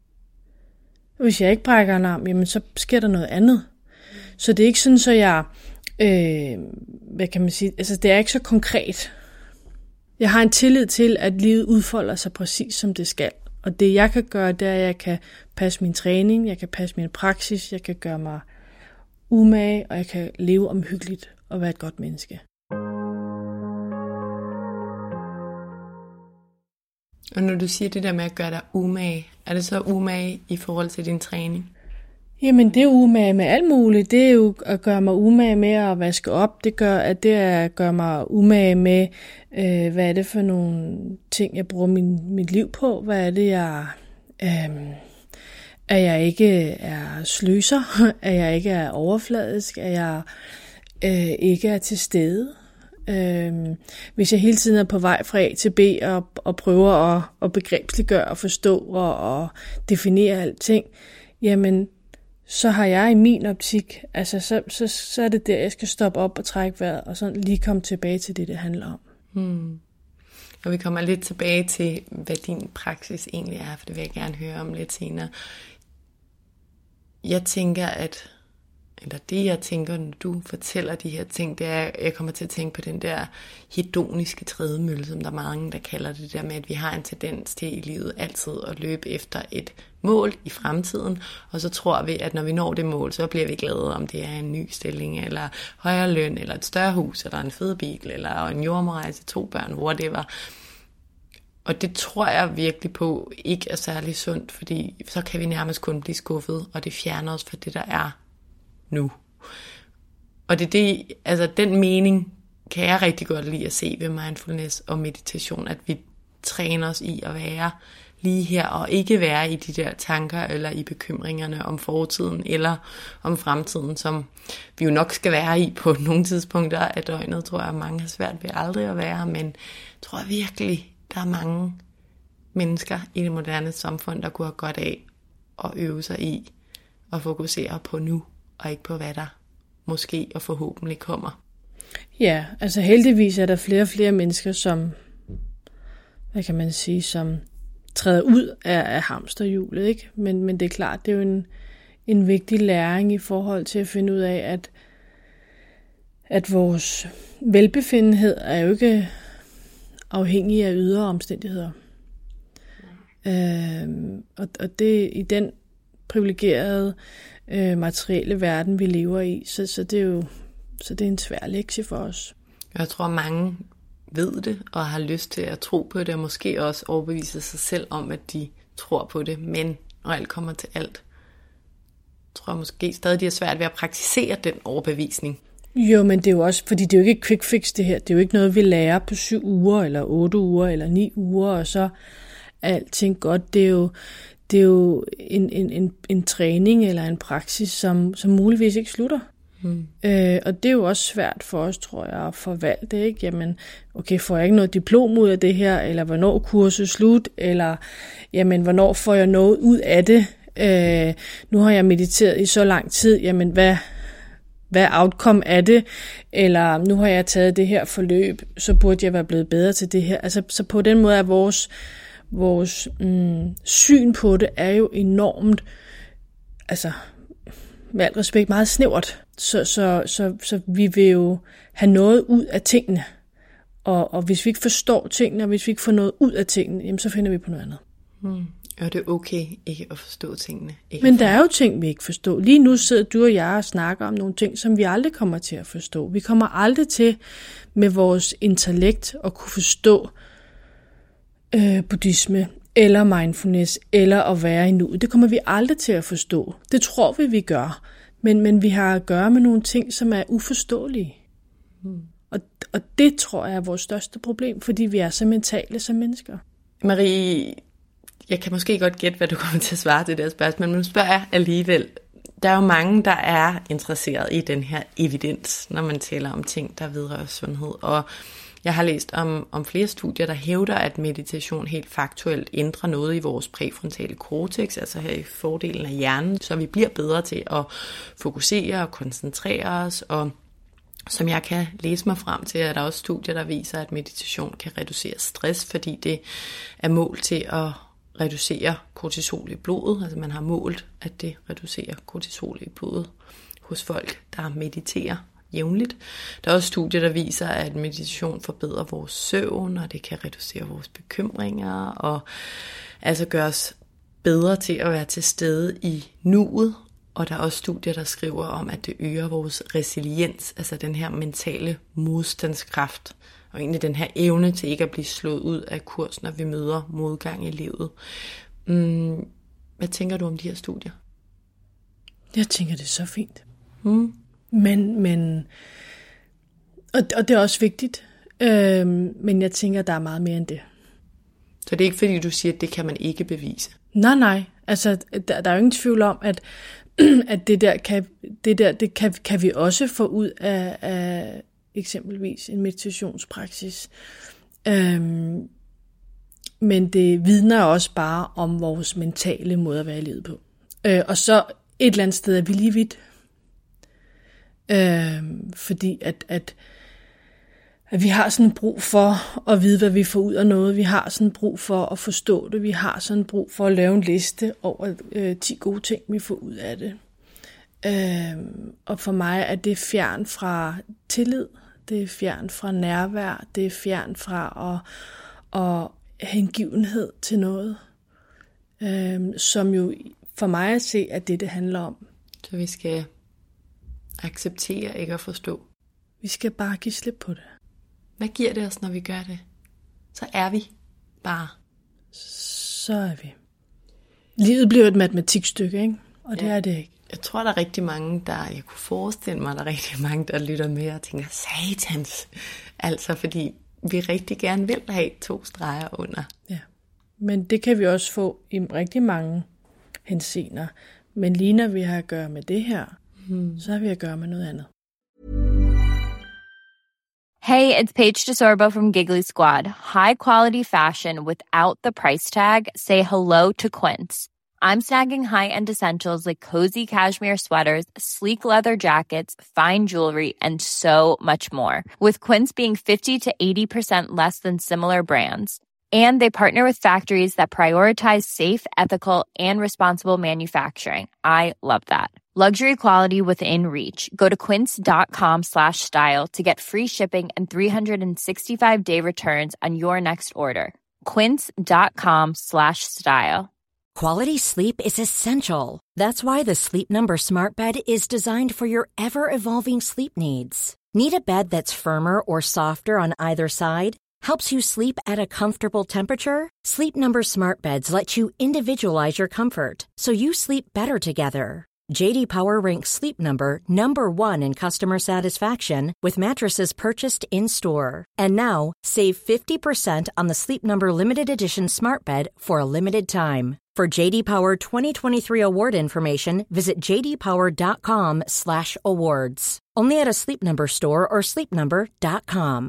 Hvis jeg ikke brækker en arm, jamen, så sker der noget andet. Så det er ikke sådan, så jeg, øh, hvad kan man sige, altså det er ikke så konkret. Jeg har en tillid til, at livet udfolder sig præcis som det skal. Og det jeg kan gøre, det er, at jeg kan passe min træning, jeg kan passe min praksis, jeg kan gøre mig umage, og jeg kan leve omhyggeligt og være et godt menneske. Og når du siger det der med at gøre dig umage, er det så umage i forhold til din træning? Jamen det er umage med alt muligt. Det er jo at gøre mig umage med at vaske op. Det gør, at det er at gøre mig umage med, øh, hvad er det for nogle ting, jeg bruger min, mit liv på. Hvad er det, jeg... Øh, at jeg ikke er sløser. At jeg ikke er overfladisk. At jeg øh, ikke er til stede. Øh, hvis jeg hele tiden er på vej fra A til B og, og prøver at, at begrebsliggøre og forstå og, og definere alting, jamen så har jeg i min optik, altså så, så, så er det der, jeg skal stoppe op og trække vejret, og så lige komme tilbage til det, det handler om. Hmm. Og vi kommer lidt tilbage til, hvad din praksis egentlig er, for det vil jeg gerne høre om lidt senere. Jeg tænker, at, eller det jeg tænker, når du fortæller de her ting, det er, at jeg kommer til at tænke på den der hedoniske trædemølle, som der er mange, der kalder det der med, at vi har en tendens til i livet altid at løbe efter et mål i fremtiden, og så tror vi, at når vi når det mål, så bliver vi glade, om det er en ny stilling, eller højere løn, eller et større hus, eller en fed bil, eller en jordomrejse, to børn, whatever. Og det tror jeg virkelig på ikke er særlig sundt, fordi så kan vi nærmest kun blive skuffet, og det fjerner os fra det, der er nu. Og det er det, altså den mening kan jeg rigtig godt lide at se ved mindfulness og meditation, at vi træner os i at være lige her, og ikke være i de der tanker, eller i bekymringerne om fortiden, eller om fremtiden, som vi jo nok skal være i på nogle tidspunkter af døgnet, tror jeg, mange har svært ved aldrig at være, men tror jeg virkelig, der er mange mennesker i det moderne samfund, der kunne have godt af at øve sig i at fokusere på nu, og ikke på hvad der måske og forhåbentlig kommer. Ja, altså heldigvis er der flere og flere mennesker, som, hvad kan man sige, som træder ud af, af hamsterhjulet, ikke? Men, men det er klart, det er jo en, en vigtig læring i forhold til at finde ud af, at, at vores velbefindenhed er jo ikke afhængig af ydre omstændigheder. Øhm, og, og det i den privilegerede øh, materielle verden, vi lever i, så, så det er jo så det er en svær lektie for os. Jeg tror, mange ved det og har lyst til at tro på det, og måske også overbevise sig selv om, at de tror på det. Men når alt kommer til alt, tror jeg måske stadig, de er svært ved at praktisere den overbevisning. Jo, men det er jo også, fordi det er jo ikke et quick fix det her. Det er jo ikke noget, vi lærer på syv uger, eller otte uger, eller ni uger, og så er alting godt. Det er jo, det er jo en, en, en, en træning eller en praksis, som, som muligvis ikke slutter. Hmm. Øh, og det er jo også svært for os, tror jeg, at forvalte, ikke? Jamen, okay, får jeg ikke noget diplom ud af det her, eller hvornår kurset slut, eller jamen, hvornår får jeg noget ud af det? Øh, nu har jeg mediteret i så lang tid, jamen, hvad, hvad er outcome af det? Eller nu har jeg taget det her forløb, så burde jeg være blevet bedre til det her. Altså, så på den måde er vores, vores mm, syn på det er jo enormt, altså, med al respekt, meget snævert. Så, så, så, så vi vil jo have noget ud af tingene. Og, og hvis vi ikke forstår tingene, og hvis vi ikke får noget ud af tingene, jamen, så finder vi på noget andet. Hmm. Og det er okay ikke at forstå tingene. Ikke Men der er jo ting, vi ikke forstår. Lige nu sidder du og jeg og snakker om nogle ting, som vi aldrig kommer til at forstå. Vi kommer aldrig til med vores intellekt at kunne forstå øh, buddhisme, eller mindfulness, eller at være i nuet. Det kommer vi aldrig til at forstå. Det tror vi, vi gør. Men, men vi har at gøre med nogle ting, som er uforståelige. Hmm. Og, og det tror jeg er vores største problem, fordi vi er så mentale som mennesker. Marie, jeg kan måske godt gætte, hvad du kommer til at svare til det her spørgsmål, men nu spørger jeg alligevel. Der er jo mange, der er interesseret i den her evidens, når man taler om ting, der vedrører sundhed. Og jeg har læst om, om flere studier, der hævder, at meditation helt faktuelt ændrer noget i vores præfrontale cortex, altså her i fordelen af hjernen, så vi bliver bedre til at fokusere og koncentrere os. Og som jeg kan læse mig frem til, er der også studier, der viser, at meditation kan reducere stress, fordi det er mål til at reducere kortisol i blodet. Altså man har målt, at det reducerer kortisol i blodet hos folk, der mediterer jævnligt. Der er også studier, der viser, at meditation forbedrer vores søvn, og det kan reducere vores bekymringer, og altså gøre os bedre til at være til stede i nuet. Og der er også studier, der skriver om, at det øger vores resiliens, altså den her mentale modstandskraft, og egentlig den her evne til ikke at blive slået ud af kurs, når vi møder modgang i livet. Mm, hvad tænker du om de her studier? Jeg tænker, det er så fint. Mm. Men, men og, og det er også vigtigt, øhm, men jeg tænker, der er meget mere end det. Så det er ikke fordi, du siger, at det kan man ikke bevise? Nej, nej. Altså, der, der er jo ingen tvivl om, at, at det der, kan, det der det kan, kan vi også få ud af, af eksempelvis en meditationspraksis. Øhm, men det vidner også bare om vores mentale måde at være i livet på. Øh, og så et eller andet sted er vi lige vidt. Øh, fordi at, at, at vi har sådan brug for at vide, hvad vi får ud af noget. Vi har sådan brug for at forstå det. Vi har sådan brug for at lave en liste over øh, ti gode ting, vi får ud af det. Øh, og for mig er det fjern fra tillid. Det er fjern fra nærvær. Det er fjern fra at, at hengivenhed til noget. Øh, som jo for mig at se, at det det handler om. Så vi skal acceptere ikke at forstå. Vi skal bare give slip på det. Hvad giver det os, når vi gør det? Så er vi bare. Så er vi. Livet bliver et matematikstykke, ikke? Og det ja. er det ikke. Jeg tror, der er rigtig mange, der... Jeg kunne forestille mig, der er rigtig mange, der lytter med og tænker, satans. Altså, fordi vi rigtig gerne vil have to streger under. Ja. Men det kan vi også få i rigtig mange henseender. Men lige når vi har at gøre med det her, Hmm. så har vi at gøre med noget andet. Hey, it's Paige DeSorbo from Giggly Squad. High quality fashion without the price tag. Say hello to Quince. I'm snagging high-end essentials like cozy cashmere sweaters, sleek leather jackets, fine jewelry, and so much more. With Quince being fifty to eighty percent less than similar brands. And they partner with factories that prioritize safe, ethical, and responsible manufacturing. I love that. Luxury quality within reach. Go to quince.com slash style to get free shipping and three sixty-five day returns on your next order. Quince.com slash style. Quality sleep is essential. That's why the Sleep Number Smart Bed is designed for your ever-evolving sleep needs. Need a bed that's firmer or softer on either side? Helps you sleep at a comfortable temperature? Sleep Number Smart Beds let you individualize your comfort, so you sleep better together. J D Power ranks Sleep Number number one in customer satisfaction with mattresses purchased in-store. And now, save fifty percent on the Sleep Number Limited Edition Smart Bed for a limited time. For J D Power twenty twenty-three award information, visit jdpower.com slash awards. Only at a Sleep Number store or sleep number dot com.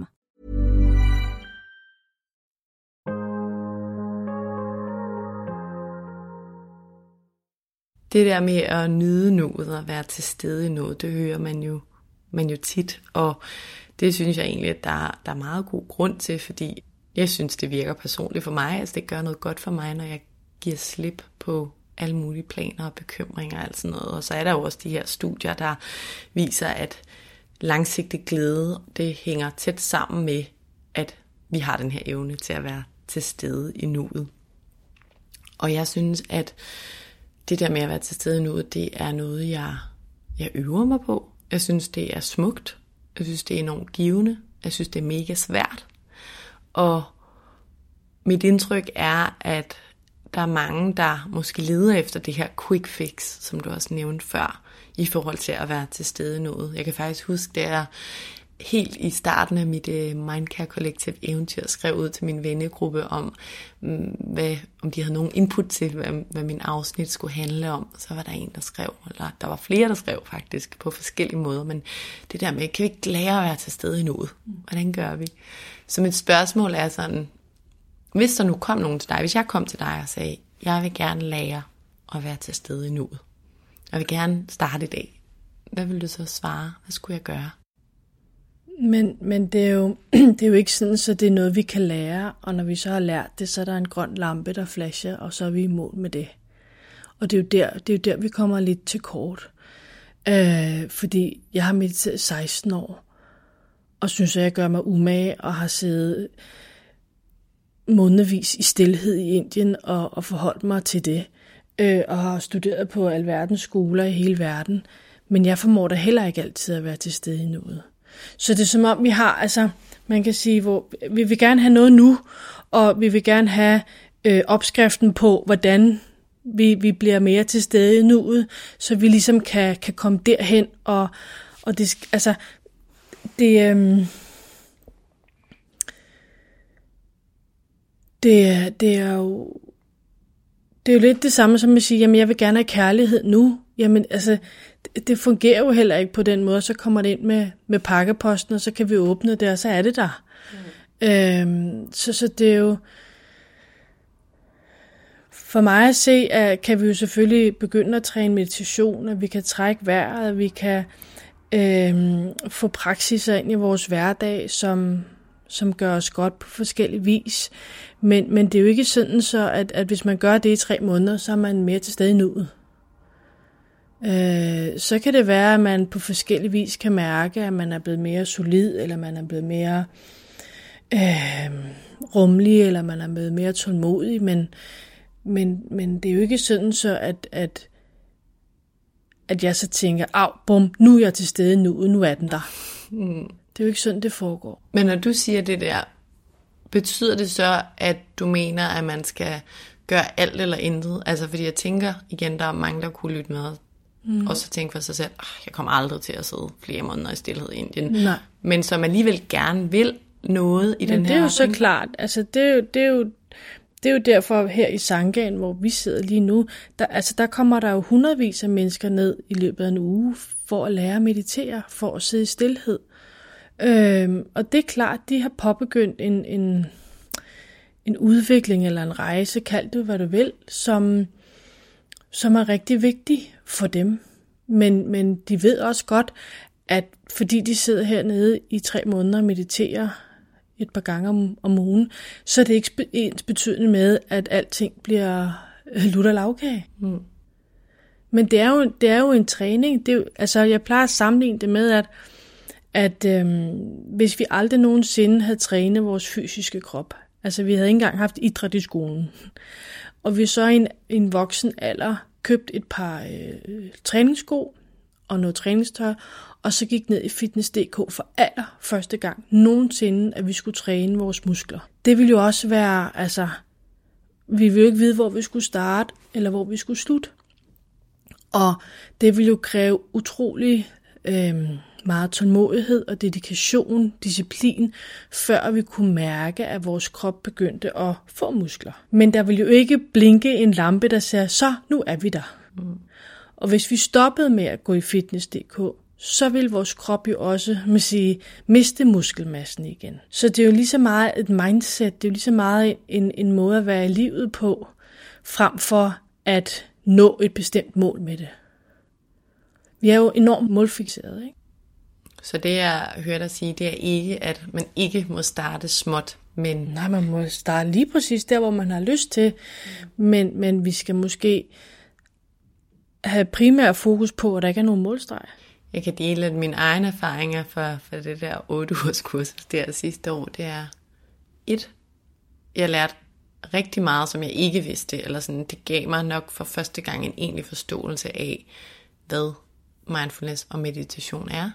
Det der med at nyde nuet og være til stede i noget, det hører man jo, man jo tit, og det synes jeg egentlig, at der, der er meget god grund til, fordi jeg synes, det virker personligt for mig, altså det gør noget godt for mig, når jeg giver slip på alle mulige planer og bekymringer og alt sådan noget. Og så er der jo også de her studier, der viser, at langsigtet glæde, det hænger tæt sammen med, at vi har den her evne til at være til stede i nuet. Og jeg synes, at det der med at være til stede i nuet, det er noget, jeg, jeg øver mig på. Jeg synes, det er smukt. Jeg synes, det er enormt givende. Jeg synes, det er mega svært. Og mit indtryk er, at der er mange, der måske leder efter det her quick fix, som du også nævnte før, i forhold til at være til stede i nuet. Jeg kan faktisk huske, det er helt i starten af mit uh, Mindcare Collective eventyr, skrev ud til min vennegruppe om, hvad, om de havde nogen input til, hvad, hvad min afsnit skulle handle om. Så var der en, der skrev, eller der var flere, der skrev faktisk, på forskellige måder, men det der med, kan vi ikke lære at være til stede i nuet? Hvordan gør vi? Så mit spørgsmål er sådan, hvis der nu kom nogen til dig, hvis jeg kom til dig og sagde, jeg vil gerne lære at være til stede i nuet, jeg vil gerne starte i dag, hvad vil du så svare? Hvad skulle jeg gøre? Men, men det, er jo, det er jo ikke sådan, så det er noget, vi kan lære, og når vi så har lært det, så er der en grøn lampe, der flasher, og så er vi i mål med det. Og det er jo der, det er jo der vi kommer lidt til kort. Øh, fordi jeg har mediteret seksten år, og synes, at jeg gør mig umage, og har siddet månedvis i stilhed i Indien, og, og forholdt mig til det, øh, og har studeret på alverdens skoler i hele verden. Men jeg formår da heller ikke altid at være til stede i nuet. Så det er som om, vi har, altså, man kan sige, hvor vi vil gerne have noget nu, og vi vil gerne have øh, opskriften på, hvordan vi, vi bliver mere til stede i nuet, så vi ligesom kan, kan komme derhen, og, og det, altså, det, øh, det, det er jo, det er jo lidt det samme som at sige, jamen jeg vil gerne have kærlighed nu. Jamen altså, det, det fungerer jo heller ikke på den måde. Så kommer det ind med, med pakkeposten, og så kan vi åbne det, og så er det der. Mm. Øhm, så, så det er jo, for mig at se, at kan vi jo selvfølgelig begynde at træne meditation, at vi kan trække vejret, at vi kan øhm, få praksiser ind i vores hverdag, som, som gør os godt på forskellige vis. Men, men det er jo ikke sådan, så at, at hvis man gør det i tre måneder, så er man mere til stede i nuet. Øh, så kan det være, at man på forskellige vis kan mærke, at man er blevet mere solid, eller man er blevet mere øh, rummelig, eller man er blevet mere tålmodig, men, men, men det er jo ikke sådan, så at, at, at jeg så tænker, af, bum, nu er jeg til stede nu, nu er den der. Mm. Det er jo ikke sådan, det foregår. Men når du siger det der, betyder det så, at du mener, at man skal gøre alt eller intet? Altså, fordi jeg tænker, igen, der er mange, der kunne lytte med, mm. og så tænke for sig selv, jeg kommer aldrig til at sidde flere måneder i stilhed i Indien. Nej. Men som alligevel gerne vil noget i den her. Det er jo så klart. Altså, det er jo, det er jo, det er jo derfor her i Sanghaen, hvor vi sidder lige nu, der, altså, der kommer der jo hundredvis af mennesker ned i løbet af en uge, for at lære at meditere, for at sidde i stilhed. Øhm, og det er klart, de har påbegyndt en, en, en udvikling eller en rejse, kald det hvad du vil, som, som er rigtig vigtig for dem. Men, men de ved også godt, at fordi de sidder hernede i tre måneder og mediterer et par gange om, om ugen, så er det ikke ens betydende med, at alting bliver lutter lavkage. Mm. Men det er, jo, det er jo en træning. Det er jo, altså, jeg plejer at sammenligne det med, at, at øhm, hvis vi aldrig nogensinde havde trænet vores fysiske krop, altså vi havde ikke engang haft idræt i skolen, og vi så i en, en voksen alder købt et par øh, træningssko og noget træningstøj, og så gik ned i fitness punktum d k for aller første gang nogensinde, at vi skulle træne vores muskler. Det ville jo også være, altså, vi ville jo ikke vide, hvor vi skulle starte, eller hvor vi skulle slutte. Og det ville jo kræve utrolig øh, meget tålmodighed og dedikation, disciplin, før vi kunne mærke, at vores krop begyndte at få muskler. Men der ville jo ikke blinke en lampe, der sagde, så nu er vi der. Mm. Og hvis vi stoppede med at gå i fitness punktum d k, så vil vores krop jo også man sige, miste muskelmassen igen. Så det er jo lige så meget et mindset, det er jo lige så meget en, en måde at være i livet på, frem for at nå et bestemt mål med det. Vi er jo enormt målfixerede, ikke? Så det, jeg hører dig sige, det er ikke, at man ikke må starte småt, men... Nej, man må starte lige præcis der, hvor man har lyst til, mm. men, men vi skal måske have primær fokus på, at der ikke er nogen målstreg. Jeg kan dele, at mine egne erfaringer for, for det der otte ugers kursus der sidste år, det er et, jeg lærte rigtig meget, som jeg ikke vidste, eller sådan, det gav mig nok for første gang en egentlig forståelse af, hvad mindfulness og meditation er.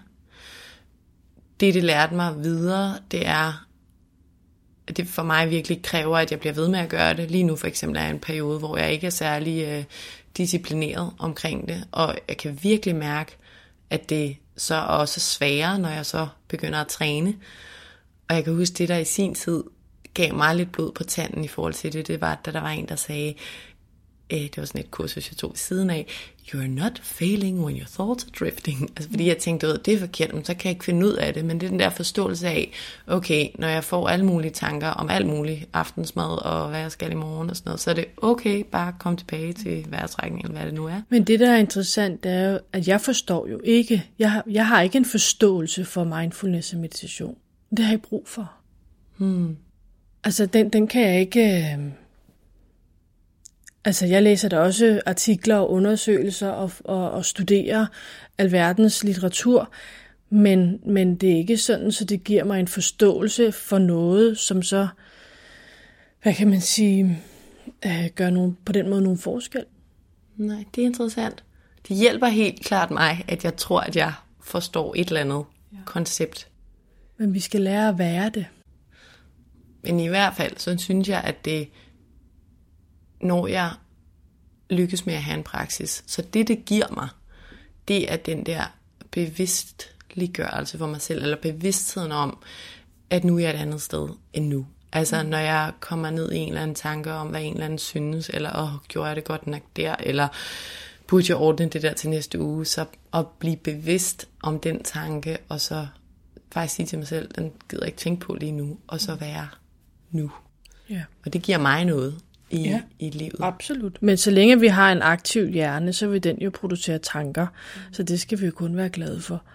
Det, det lærte mig videre, det er, at det for mig virkelig kræver, at jeg bliver ved med at gøre det. Lige nu for eksempel er en periode, hvor jeg ikke er særlig øh, disciplineret omkring det, og jeg kan virkelig mærke, at det så er også sværere, når jeg så begynder at træne. Og jeg kan huske, det der i sin tid gav mig lidt blod på tanden i forhold til det, det var, da der var en, der sagde, øh, det var sådan et kursus, jeg tog ved siden af, you're not failing when your thoughts are drifting. Altså fordi jeg tænkte, at det er forkert, men så kan jeg ikke finde ud af det. Men det er den der forståelse af, okay, når jeg får alle mulige tanker om alt muligt, aftensmad og hvad jeg skal i morgen og sådan noget, så er det okay bare at komme tilbage til vejrtrækning, eller hvad det nu er. Men det, der er interessant, det er jo, at jeg forstår jo ikke, jeg har, jeg har ikke en forståelse for mindfulness og meditation. Det har jeg brug for. Hmm. Altså, den, den kan jeg ikke... Øh... Altså, jeg læser da også artikler og undersøgelser og, og, og studerer alverdens litteratur, men, men det er ikke sådan, så det giver mig en forståelse for noget, som så, hvad kan man sige, øh, gør nogen, på den måde nogen forskel. Nej, det er interessant. Det hjælper helt klart mig, at jeg tror, at jeg forstår et eller andet ja. koncept. Men vi skal lære at være det. Men i hvert fald, så synes jeg, at det, når jeg lykkes med at have en praksis, så det, det giver mig, det er den der bevidstliggørelse for mig selv, eller bevidstheden om, at nu er jeg et andet sted end nu. Altså, når jeg kommer ned i en eller anden tanke om, hvad en eller anden synes, eller, åh, gjorde jeg det godt nok der, eller burde jeg ordne det der til næste uge, så at blive bevidst om den tanke, og så faktisk sige til mig selv, den gider jeg ikke tænke på lige nu, og så være nu. Ja. Og det giver mig noget i, ja, i livet. Absolut. Men så længe vi har en aktiv hjerne, så vil den jo producere tanker, mm. så det skal vi jo kun være glade for.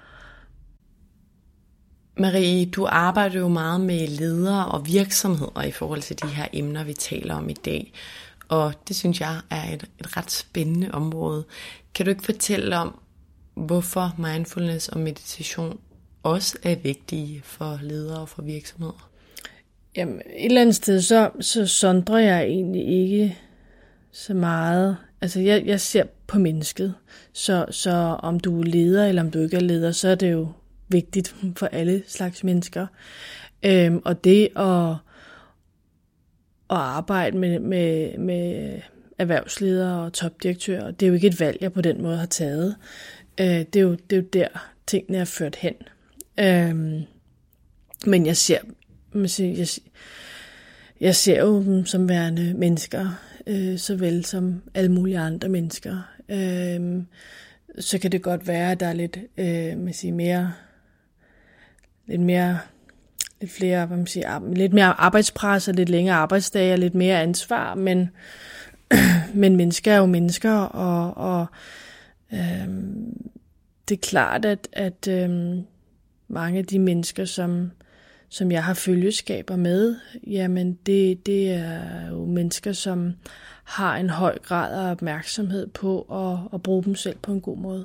Marie, du arbejder jo meget med ledere og virksomheder i forhold til de her emner, vi taler om i dag. Og det synes jeg er et, et ret spændende område. Kan du ikke fortælle om, hvorfor mindfulness og meditation også er vigtige for ledere og for virksomheder? Jamen, et eller andet sted, så, så sondrer jeg egentlig ikke så meget. Altså, jeg, jeg ser på mennesket. Så, så om du er leder, eller om du ikke er leder, så er det jo vigtigt for alle slags mennesker. Øhm, og det at, at arbejde med, med, med erhvervsledere og topdirektører, det er jo ikke et valg, jeg på den måde har taget. Øh, det, er jo, det er jo der, tingene er ført hen. Øhm, men jeg ser, jeg, jeg ser jo dem som værende mennesker, øh, såvel som alle mulige andre mennesker. Øh, så kan det godt være, at der er lidt, øh, man siger, mere, lidt mere, lidt flere, hvad man siger, lidt mere arbejdspres og lidt længere arbejdsdage og lidt mere ansvar, men, men mennesker er jo mennesker, og, og øh, det er klart, at, at øh, mange af de mennesker, som, som jeg har følgeskaber med, jamen det, det er jo mennesker, som har en høj grad af opmærksomhed på at, at bruge dem selv på en god måde.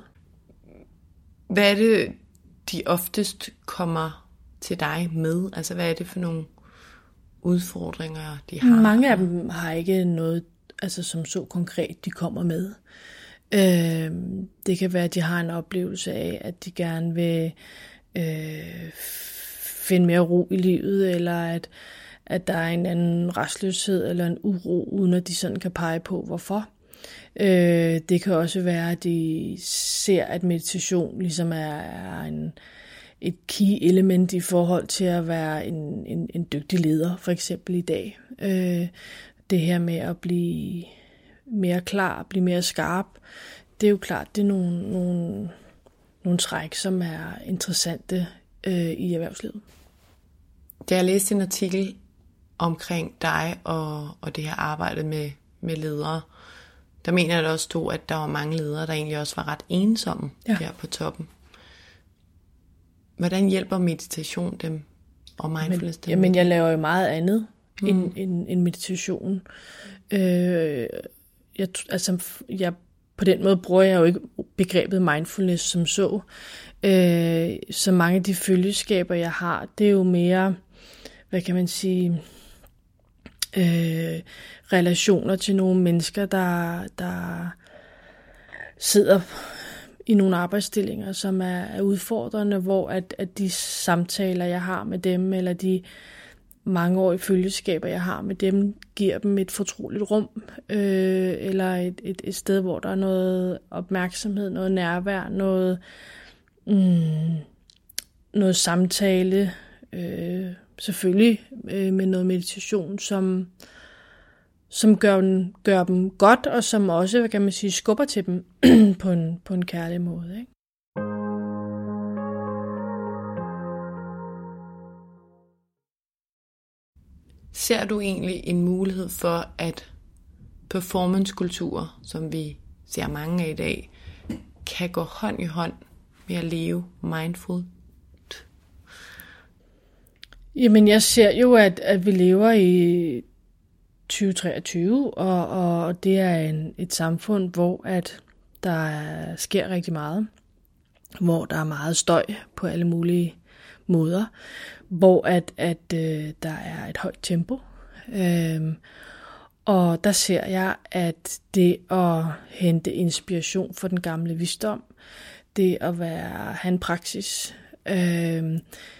Hvad er det, de oftest kommer til dig med? Altså, hvad er det for nogle udfordringer, de har? Mange af dem har ikke noget, altså som så konkret, de kommer med. Øh, det kan være, at de har en oplevelse af, at de gerne vil øh, finde mere ro i livet, eller at, at der er en anden restløshed eller en uro, uden at de sådan kan pege på, hvorfor. Øh, det kan også være, at de ser, at meditation ligesom er, er en, et key element i forhold til at være en, en, en dygtig leder, for eksempel i dag. Øh, det her med at blive mere klar, blive mere skarp, det er jo klart, det er nogle, nogle, nogle træk, som er interessante øh, i erhvervslivet. Da jeg læste en artikel omkring dig og, og det her arbejde med, med ledere, der mener jeg også stod, at der var mange ledere, der egentlig også var ret ensomme ja. Der på toppen. Hvordan hjælper meditation dem og mindfulness dem? Jamen, jeg laver jo meget andet mm. end, end, end meditation. Øh, jeg, altså, jeg, på den måde bruger jeg jo ikke begrebet mindfulness som så. Øh, så mange af de følgeskaber, jeg har, det er jo mere, hvad kan man sige, øh, relationer til nogle mennesker, der, der sidder i nogle arbejdsstillinger, som er, er udfordrende, hvor at, at de samtaler, jeg har med dem, eller de mangeårige følgeskaber, jeg har med dem, giver dem et fortroligt rum, øh, eller et, et, et sted, hvor der er noget opmærksomhed, noget nærvær, noget, mm, noget samtale, øh, selvfølgelig øh, med noget meditation, som, som gør, dem, gør dem godt, og som også, hvad kan man sige, skubber til dem på en, på en kærlig måde, ikke? Ser du egentlig en mulighed for, at performancekultur, som vi ser mange af i dag, kan gå hånd i hånd med at leve mindful? Jamen, jeg ser jo, at, at vi lever i tyve treogtyve, og, og det er en, et samfund, hvor at der sker rigtig meget, hvor der er meget støj på alle mulige måder, hvor at, at øh, der er et højt tempo. Øhm, og der ser jeg, at det at hente inspiration fra den gamle visdom, det at være, have en praksis, øhm,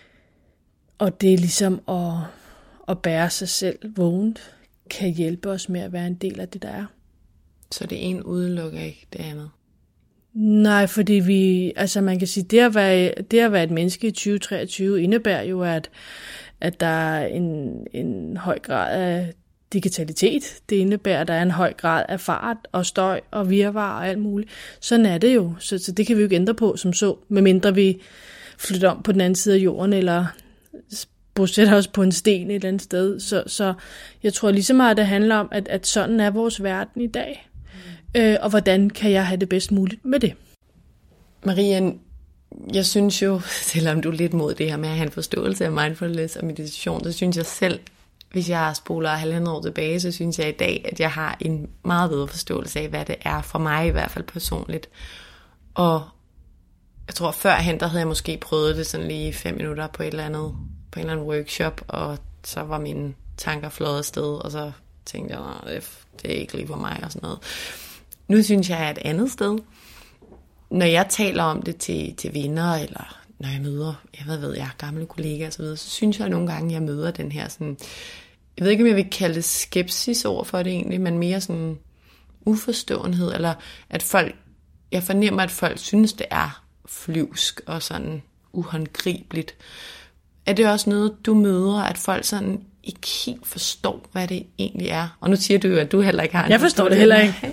og det er ligesom at, at bære sig selv vågent, kan hjælpe os med at være en del af det, der er. Så det ene udelukker ikke det andet? Nej, fordi vi, altså man kan sige, det at være, det at være et menneske i tyve treogtyve indebærer jo, at, at der er en, en høj grad af digitalitet. Det indebærer, at der er en høj grad af fart og støj og virvar og alt muligt. Sådan er det jo, så, så det kan vi jo ikke ændre på som så, medmindre vi flytter om på den anden side af jorden, eller bosætter os på en sten et eller andet sted. Så, så jeg tror lige så meget, at det handler om, at, at sådan er vores verden i dag. Mm. Øh, og hvordan kan jeg have det bedst muligt med det? Marian, jeg synes jo, selvom du er lidt mod det her med at have en forståelse af mindfulness og meditation, så synes jeg selv, hvis jeg spoler halvandet år tilbage, så synes jeg i dag, at jeg har en meget bedre forståelse af, hvad det er for mig i hvert fald personligt. Og jeg tror, førhen, der havde jeg måske prøvet det sådan lige fem minutter på et eller andet, på en eller anden workshop, og så var mine tanker fløjet afsted, og så tænkte jeg, det er ikke lige for mig og sådan noget. Nu synes jeg, jeg er et andet sted. Når jeg taler om det til, til venner, eller når jeg møder, jeg ved, ved jeg, gamle kollegaer og så videre, så synes jeg nogle gange, jeg møder den her sådan, jeg ved ikke, om jeg vil kalde det skepsis over for det egentlig, men mere sådan uforståenhed, eller at folk, jeg fornemmer, at folk synes, det er flyvsk og sådan uhåndgribeligt. Er det også noget, du møder, at folk sådan ikke helt forstår, hvad det egentlig er? Og nu siger du jo, at du heller ikke har en Jeg forstår det heller ikke.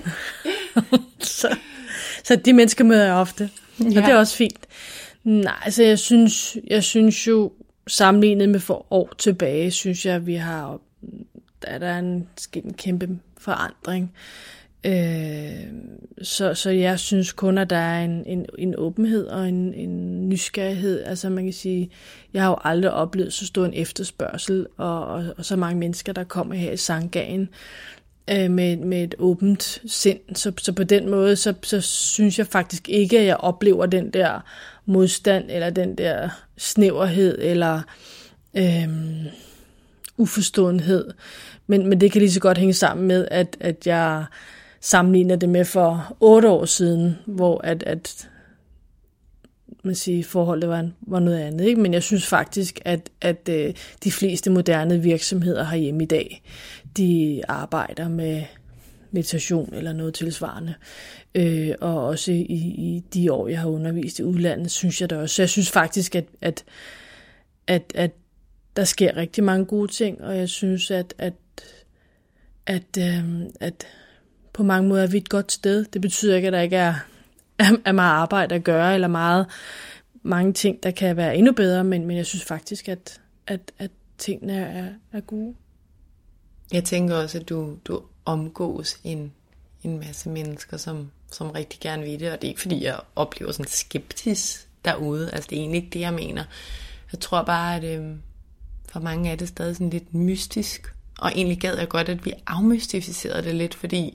så, så de mennesker møder jeg ofte, ja. Og det er også fint. Nej, altså jeg synes, jeg synes jo, sammenlignet med for år tilbage, synes jeg, at vi har, der er en, sket en kæmpe forandring. Øh, så, så jeg synes kun, at der er en, en, en åbenhed og en, en nysgerrighed. Altså man kan sige, jeg har jo aldrig oplevet så stor en efterspørgsel, og, og, og så mange mennesker, der kommer her i Sanggaen øh, med, med et åbent sind. Så, så på den måde, så, så synes jeg faktisk ikke, at jeg oplever den der modstand, eller den der snæverhed, eller øh, uforståenhed. Men, men det kan lige så godt hænge sammen med, at, at jeg sammenligner det med for otte år siden, hvor at, at man siger, forholdet var, var noget andet. Ikke? Men jeg synes faktisk, at, at de fleste moderne virksomheder herhjemme i dag, de arbejder med meditation eller noget tilsvarende. Øh, og også i, i de år, jeg har undervist i udlandet, synes jeg det også. Så jeg synes faktisk, at, at, at, at der sker rigtig mange gode ting, og jeg synes, at, at, at, øh, at på mange måder er vi et godt sted. Det betyder ikke, at der ikke er, er meget arbejde at gøre, eller meget, mange ting, der kan være endnu bedre, men, men jeg synes faktisk, at, at, at tingene er, er gode. Jeg tænker også, at du, du omgås en, en masse mennesker, som, som rigtig gerne vil det, og det er ikke, fordi jeg oplever sådan skeptisk derude. Altså, det er egentlig ikke det, jeg mener. Jeg tror bare, at øh, for mange er det stadig sådan lidt mystisk, og egentlig gad jeg godt, at vi afmystificerede det lidt, fordi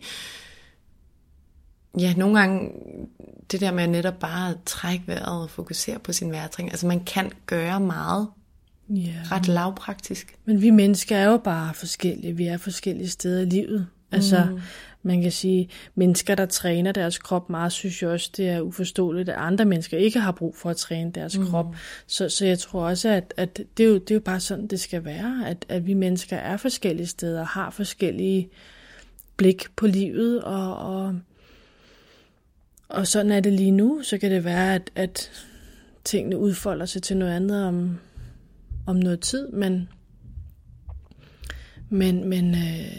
ja, nogle gange det der med at netop bare trække vejret og fokusere på sin vejrtrækning, altså man kan gøre meget yeah. ret lavpraktisk. Men vi mennesker er jo bare forskellige, vi er forskellige steder i livet. Altså mm. man kan sige, mennesker der træner deres krop meget, synes jeg også, det er uforståeligt, at andre mennesker ikke har brug for at træne deres mm. krop. Så, så jeg tror også, at, at det, er jo, det er jo bare sådan, det skal være, at, at vi mennesker er forskellige steder, har forskellige blik på livet, og, og, og sådan er det lige nu. Så kan det være, at, at tingene udfolder sig til noget andet om, om noget tid, men men, men øh,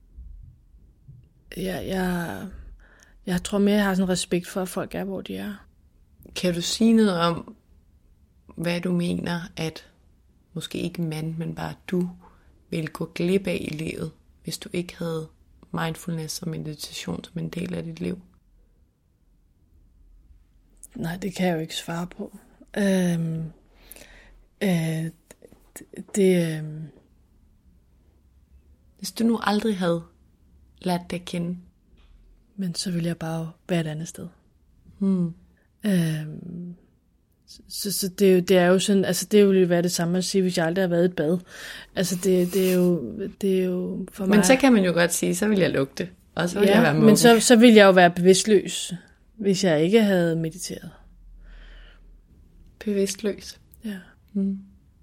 jeg, jeg, jeg tror mere, jeg har sådan respekt for, at folk er, hvor de er. Kan du sige noget om, hvad du mener, at måske ikke mand, men bare du ville gå glip af i livet, hvis du ikke havde mindfulness og meditation som en del af dit liv? Nej, det kan jeg jo ikke svare på. Øhm, øh, det... Øh... Hvis du nu aldrig havde lært det at kende. Men så ville jeg bare være et andet sted. Hmm. Øhm, så så det, er jo, det er jo sådan, altså det ville jo være det samme at sige, hvis jeg aldrig har været i et bad. Altså det, det, er, jo, det er jo for mig... Men så kan man jo godt sige, så vil jeg lugte, og så vil ja, jeg være munke. Men så, så ville jeg jo være bevidstløs, hvis jeg ikke havde mediteret. Bevidstløs? Ja. Hmm.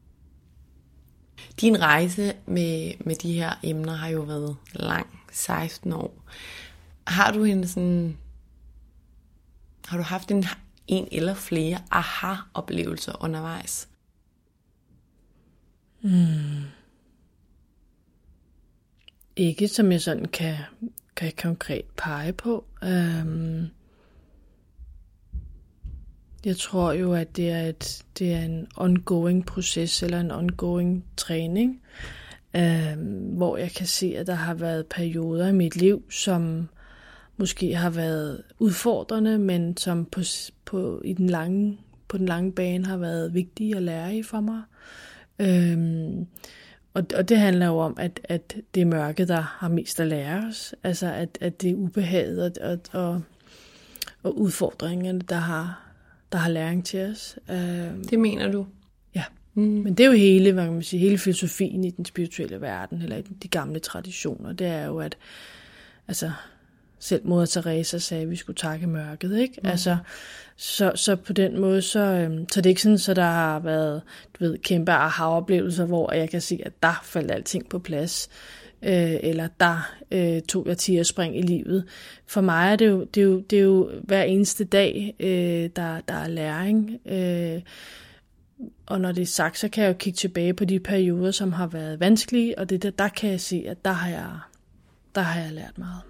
Din rejse med, med de her emner har jo været lang, seksten år. Har du en sådan, har du haft en, en eller flere aha-oplevelser undervejs? Hmm. Ikke som jeg sådan kan, kan konkret pege på. Um, jeg tror jo, at det er, et, det er en ongoing proces eller en ongoing træning, øh, hvor jeg kan se, at der har været perioder i mit liv, som måske har været udfordrende, men som på, på, i den lange, på den lange bane har været vigtige at lære i for mig. Øh, og, og det handler jo om, at, at det er mørket, der har mest at lære os. Altså, at, at det er ubehaget og, og, og udfordringerne, der har der har læring til os. Det mener du? Ja, mm. men det er jo hele, hvad kan man sige, hele filosofien i den spirituelle verden, eller i de gamle traditioner, det er jo, at altså, selv Moder Teresa sagde, at vi skulle takke mørket, ikke? Mm. Altså, så, så på den måde, så, øhm, så det er ikke sådan, så der har været, du ved, kæmpe aha-oplevelser, hvor jeg kan se, at der faldt alting på plads, øh, eller der øh, tog jeg tigerspring i livet. For mig er det jo, det er jo, det er jo hver eneste dag, øh, der, der er læring. Øh, og når det er sagt, så kan jeg jo kigge tilbage på de perioder, som har været vanskelige, og det der, der kan jeg se, at der har jeg, der har jeg lært meget.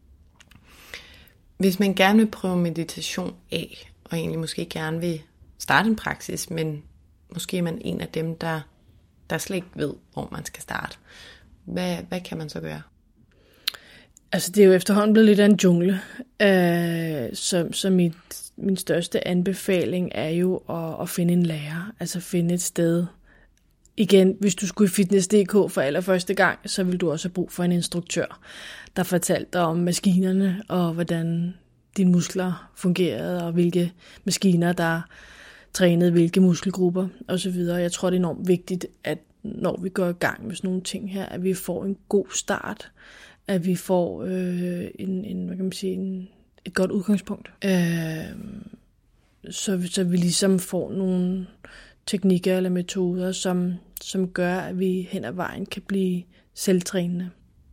Hvis man gerne vil prøve meditation af, og egentlig måske gerne vil starte en praksis, men måske er man en af dem, der, der slet ikke ved, hvor man skal starte, Hvad, hvad kan man så gøre? Altså, det er jo efterhånden blevet lidt af en jungle. Øh, så så mit, min største anbefaling er jo at, at finde en lærer. Altså finde et sted. Igen, hvis du skulle i Fitness punktum d k for allerførste gang, så vil du også have brug for en instruktør, der fortalte dig om maskinerne, og hvordan dine muskler fungerede, og hvilke maskiner, der trænede hvilke muskelgrupper osv. Jeg tror, det er enormt vigtigt, at når vi går i gang med sådan nogle ting her, at vi får en god start, at vi får øh, en, en, hvad kan man sige, en, et godt udgangspunkt. Øh, så, så vi ligesom får nogle teknikker eller metoder, som, som gør, at vi hen ad vejen kan blive selvtrænende.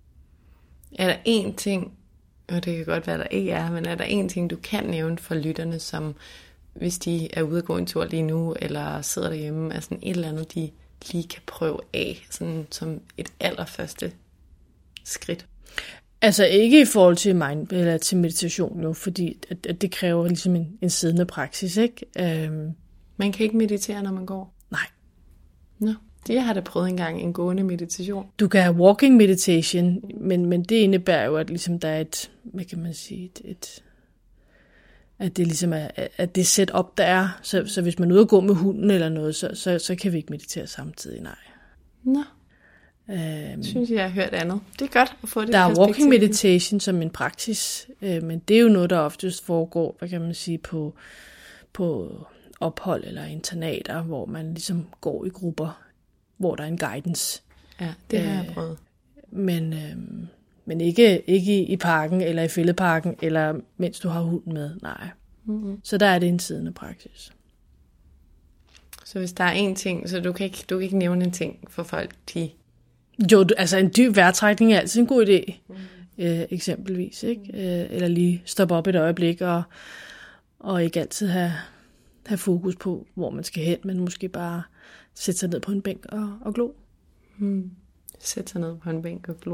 Er der én ting, og det kan godt være, der ikke er, men er der én ting, du kan nævne for lytterne, som hvis de er ude at gå en tur lige nu, eller sidder derhjemme, er sådan et eller andet, de lige kan prøve af, sådan som et allerførste skridt? Altså ikke i forhold til mind, eller til meditation jo, fordi at, at det kræver ligesom en, en siddende praksis, ikke? Øhm. Man kan ikke meditere, når man går? Nej. Nå, det jeg har da prøvet engang, en gående meditation. Du kan have walking meditation, men, men det indebærer jo, at ligesom der er et, hvad kan man sige, et, et at det ligesom er, at det setup, der er. Så, så hvis man er ude at gå med hunden eller noget, så, så, så kan vi ikke meditere samtidig, nej. Nå. Øhm, synes jeg, jeg har hørt andet. Det er godt at få det. Der er walking meditation som en praksis, øh, men det er jo noget, der oftest foregår, hvad kan man sige, på, på ophold eller internater, hvor man ligesom går i grupper, hvor der er en guidance. Ja, det har jeg prøvet. Øh, men øh, men ikke, ikke i parken eller i fældeparken, eller mens du har hunden med, nej. Mm-hmm. Så der er det en siddende praksis. Så hvis der er en ting, så du kan ikke, du kan ikke nævne en ting for folk, de... Jo, altså en dyb vejrtrækning er altid en god idé, mm. øh, eksempelvis, ikke? Øh, eller lige stoppe op et øjeblik, og, og ikke altid have, have fokus på, hvor man skal hen, men måske bare sætte sig ned på en bænk og, og glo. Mm. Sætte sig ned på en bænk og glo.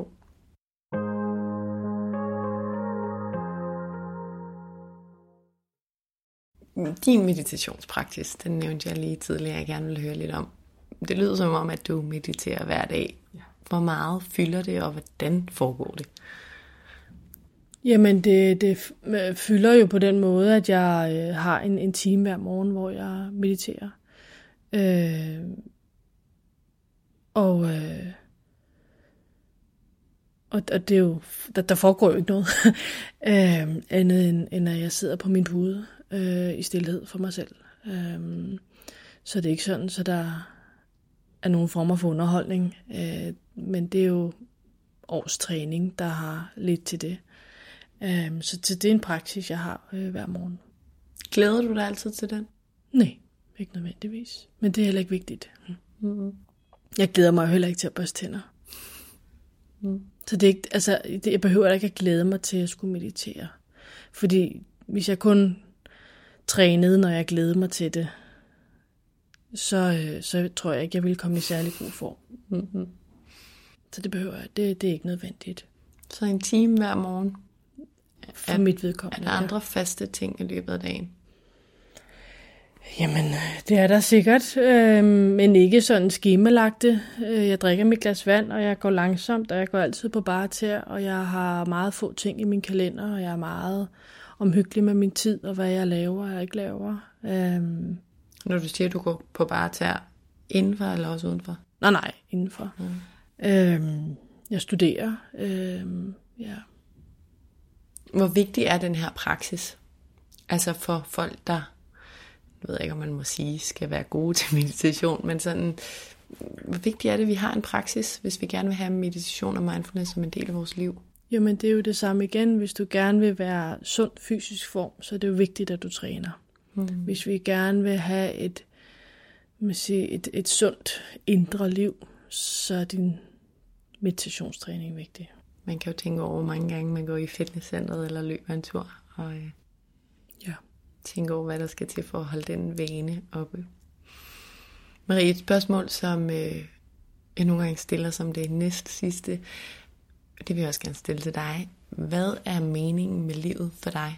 Din meditationspraksis, den nævnte jeg lige tidligere, jeg gerne vil høre lidt om. Det lyder som om, at du mediterer hver dag. Ja. Hvor meget fylder det, og hvordan foregår det? Jamen, det, det fylder jo på den måde, at jeg øh, har en, en time hver morgen, hvor jeg mediterer. Øh, og, øh, og, og det er jo, der, der foregår jo ikke noget øh, andet end, end at jeg sidder på min pude øh, i stilhed for mig selv. Øh, så det er ikke sådan, så der er nogle former for underholdning, øh, men det er jo års træning, der har lidt til det. Øh, så det er en praksis, jeg har øh, hver morgen. Glæder du dig altid til den? Nej, ikke nødvendigvis. Men det er heller ikke vigtigt. Mm. Jeg glæder mig heller ikke til at børste tænder. Mm. Så det er ikke, altså, det, jeg behøver ikke at glæde mig til at skulle meditere. Fordi hvis jeg kun trænede, når jeg glæder mig til det, så, så tror jeg ikke, jeg ville komme i særlig god form. Mm-hmm. Så det behøver jeg. Det, det er ikke nødvendigt. Så en time hver morgen? For er, mit vedkommende. Er der andre faste ting i løbet af dagen? Jamen, det er der sikkert, øh, men ikke sådan skemalagte. Jeg drikker mit glas vand, og jeg går langsomt, og jeg går altid på bare tæer, og jeg har meget få ting i min kalender, og jeg er meget omhyggelig med min tid, og hvad jeg laver og ikke laver. Øh, Når du siger, at du går på bare tæer, indenfor eller også udenfor? Nej, nej, indenfor. Mm. Øh, jeg studerer, øh, ja. Hvor vigtig er den her praksis? Altså for folk, der, jeg ved ikke, om man må sige, skal være gode til meditation, men sådan, hvor vigtigt er det, at vi har en praksis, hvis vi gerne vil have meditation og mindfulness som en del af vores liv? Jamen, det er jo det samme igen. Hvis du gerne vil være sund fysisk form, så er det jo vigtigt, at du træner. Mm. Hvis vi gerne vil have et, man siger, et, et sundt indre liv, så er din meditationstræning vigtig. Man kan jo tænke over, hvor mange gange man går i fitnesscenteret eller løber en tur, og øh, ja. tænke over, hvad der skal til for at holde den vane oppe. Marie, et spørgsmål, som øh, jeg nogle gange stiller som det næst sidste, det vil jeg også gerne stille til dig. Hvad er meningen med livet for dig?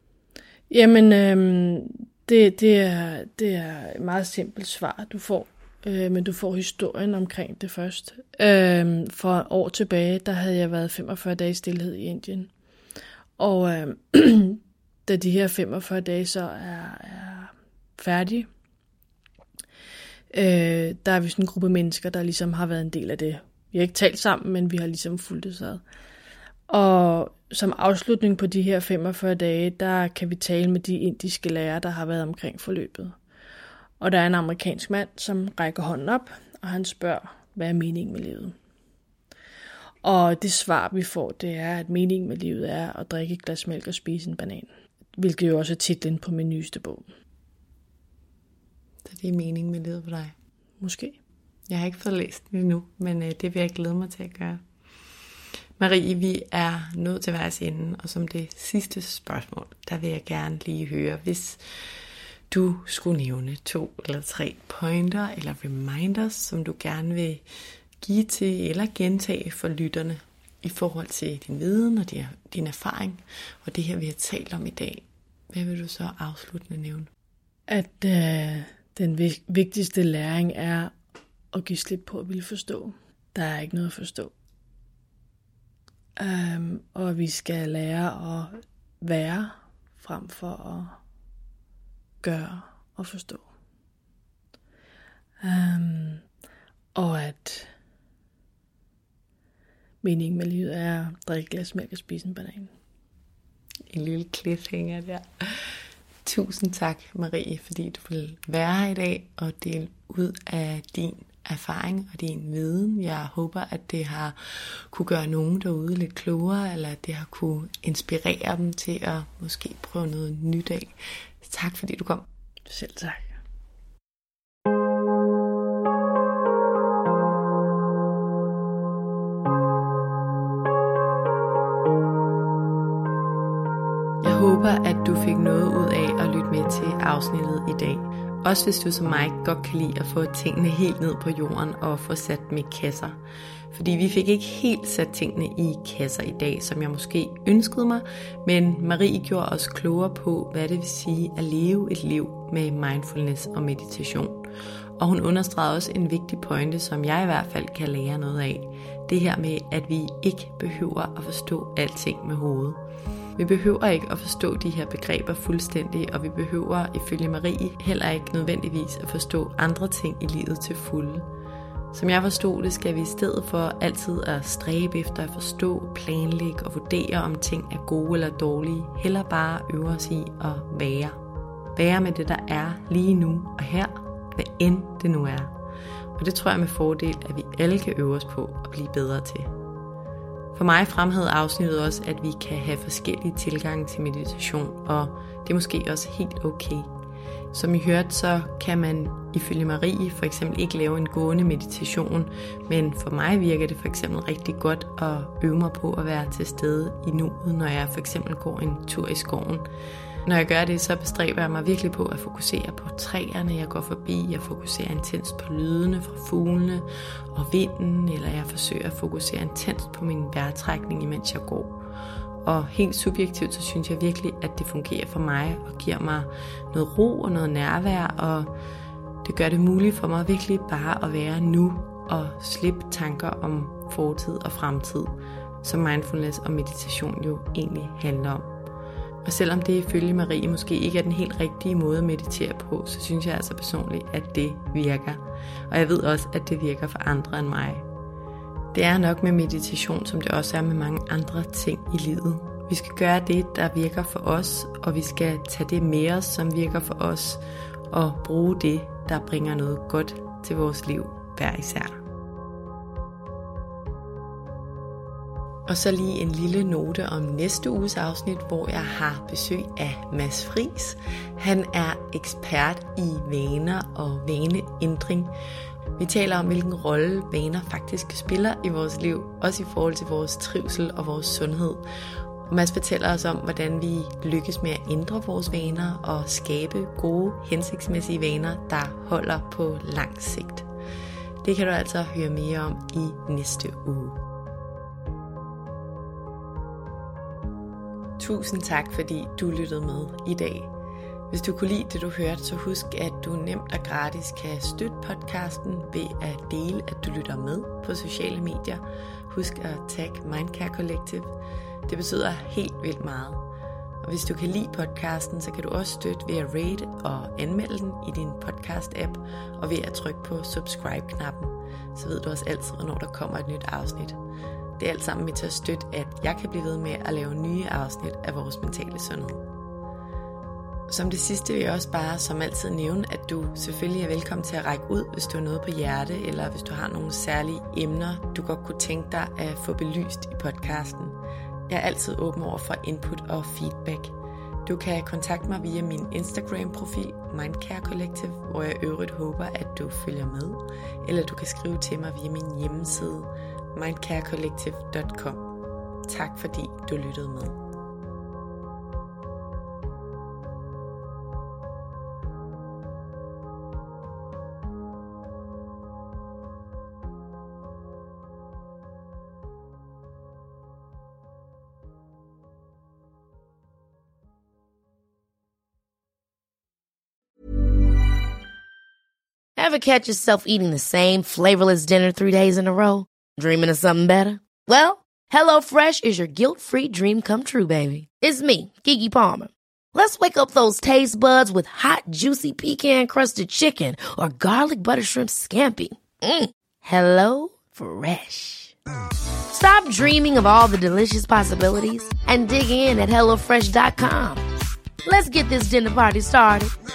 Jamen, øhm, det, det, er, det er et meget simpelt svar, du får. øh, men du får historien omkring det først. Øh, for år tilbage, der havde jeg været femogfyrre dage i stilhed i Indien. Og øh, da de her femogfyrre dage så er, er færdige, øh, der er vi sådan en gruppe mennesker, der ligesom har været en del af det. Vi har ikke talt sammen, men vi har ligesom fulgt det sad. Og som afslutning på de her femogfyrre dage, der kan vi tale med de indiske lærere, der har været omkring forløbet. Og der er en amerikansk mand, som rækker hånden op, og han spørger, hvad er meningen med livet? Og det svar, vi får, det er, at meningen med livet er at drikke et glas mælk og spise en banan. Hvilket jo også er titlen på min nyeste bog. Så det er meningen med livet for dig? Måske. Jeg har ikke fået læst den endnu, men øh, det vil jeg glæde mig til at gøre. Marie, vi er nået til vejs ende, og som det sidste spørgsmål, der vil jeg gerne lige høre, hvis du skulle nævne to eller tre pointer eller reminders, som du gerne vil give til eller gentage for lytterne i forhold til din viden og din erfaring, og det her vi har talt om i dag. Hvad vil du så afsluttende nævne? At øh, den vigtigste læring er at give slip på at ville forstå. Der er ikke noget at forstå. Um, og vi skal lære at være frem for at gøre og forstå. Um, og at meningen med livet er at drikke glas mælk og spise en banan. En lille cliffhanger der. Tusind tak, Marie, fordi du vil være her i dag og dele ud af din erfaring og din viden. Jeg håber, at det har kunne gøre nogen derude lidt klogere, eller at det har kunne inspirere dem til at måske prøve noget nyt af. Tak fordi du kom. Selv tak. Jeg håber, at du fik noget ud af at lytte med til afsnittet i dag. Også hvis du som mig godt kan lide at få tingene helt ned på jorden og få sat dem i kasser. Fordi vi fik ikke helt sat tingene i kasser i dag, som jeg måske ønskede mig, men Marie gjorde os klogere på, hvad det vil sige at leve et liv med mindfulness og meditation. Og hun understregede også en vigtig pointe, som jeg i hvert fald kan lære noget af. Det her med, at vi ikke behøver at forstå alting med hovedet. Vi behøver ikke at forstå de her begreber fuldstændig, og vi behøver ifølge Marie heller ikke nødvendigvis at forstå andre ting i livet til fulde. Som jeg forstod det, skal vi i stedet for altid at stræbe efter at forstå, planlægge og vurdere, om ting er gode eller dårlige, heller bare øve os i at være. Være med det, der er lige nu og her, hvad end det nu er. Og det tror jeg med fordel, at vi alle kan øve os på at blive bedre til. For mig fremhævede afsnittet også, at vi kan have forskellige tilgange til meditation, og det er måske også helt okay. Som I hørte, så kan man ifølge Marie for eksempel ikke lave en gående meditation, men for mig virker det for eksempel rigtig godt at øve mig på at være til stede i nuet, når jeg for eksempel går en tur i skoven. Når jeg gør det, så bestræber jeg mig virkelig på at fokusere på træerne, jeg går forbi. Jeg fokuserer intenst på lydene fra fuglene og vinden, eller jeg forsøger at fokusere intenst på min vejrtrækning, imens jeg går. Og helt subjektivt, så synes jeg virkelig, at det fungerer for mig og giver mig noget ro og noget nærvær, og det gør det muligt for mig virkelig bare at være nu og slippe tanker om fortid og fremtid, som mindfulness og meditation jo egentlig handler om. Og selvom det ifølge Marie måske ikke er den helt rigtige måde at meditere på, så synes jeg altså personligt, at det virker. Og jeg ved også, at det virker for andre end mig. Det er nok med meditation, som det også er med mange andre ting i livet. Vi skal gøre det, der virker for os, og vi skal tage det med os, som virker for os, og bruge det, der bringer noget godt til vores liv hver især. Og så lige en lille note om næste uges afsnit, hvor jeg har besøg af Mads Friis. Han er ekspert i vaner og vaneændring. Vi taler om, hvilken rolle vaner faktisk spiller i vores liv, også i forhold til vores trivsel og vores sundhed. Og Mads fortæller os om, hvordan vi lykkes med at ændre vores vaner og skabe gode, hensigtsmæssige vaner, der holder på lang sigt. Det kan du altså høre mere om i næste uge. Tusind tak, fordi du lyttede med i dag. Hvis du kunne lide det, du hørte, så husk, at du nemt og gratis kan støtte podcasten ved at dele, at du lytter med på sociale medier. Husk at tagge Mindcare Collective. Det betyder helt vildt meget. Og hvis du kan lide podcasten, så kan du også støtte ved at rate og anmelde den i din podcast-app, og ved at trykke på subscribe-knappen. Så ved du også altid, hvornår der kommer et nyt afsnit. Det er alt sammen med til at støtte, at jeg kan blive ved med at lave nye afsnit af vores mentale sundhed. Som det sidste vil jeg også bare som altid nævne, at du selvfølgelig er velkommen til at række ud, hvis du har noget på hjerte, eller hvis du har nogle særlige emner, du godt kunne tænke dig at få belyst i podcasten. Jeg er altid åben over for input og feedback. Du kan kontakte mig via min Instagram-profil Mindcare Collective, hvor jeg øvrigt håber, at du følger med. Eller du kan skrive til mig via min hjemmeside mindcare collective punktum com. Tak fordi du lyttede med. Ever catch yourself eating the same flavorless dinner three days in a row? Dreaming of something better? Well, HelloFresh is your guilt-free dream come true, baby. It's me, Keke Palmer. Let's wake up those taste buds with hot, juicy pecan-crusted chicken or garlic butter shrimp scampi. Mm. Hello Fresh. Stop dreaming of all the delicious possibilities and dig in at hello fresh dot com. Let's get this dinner party started.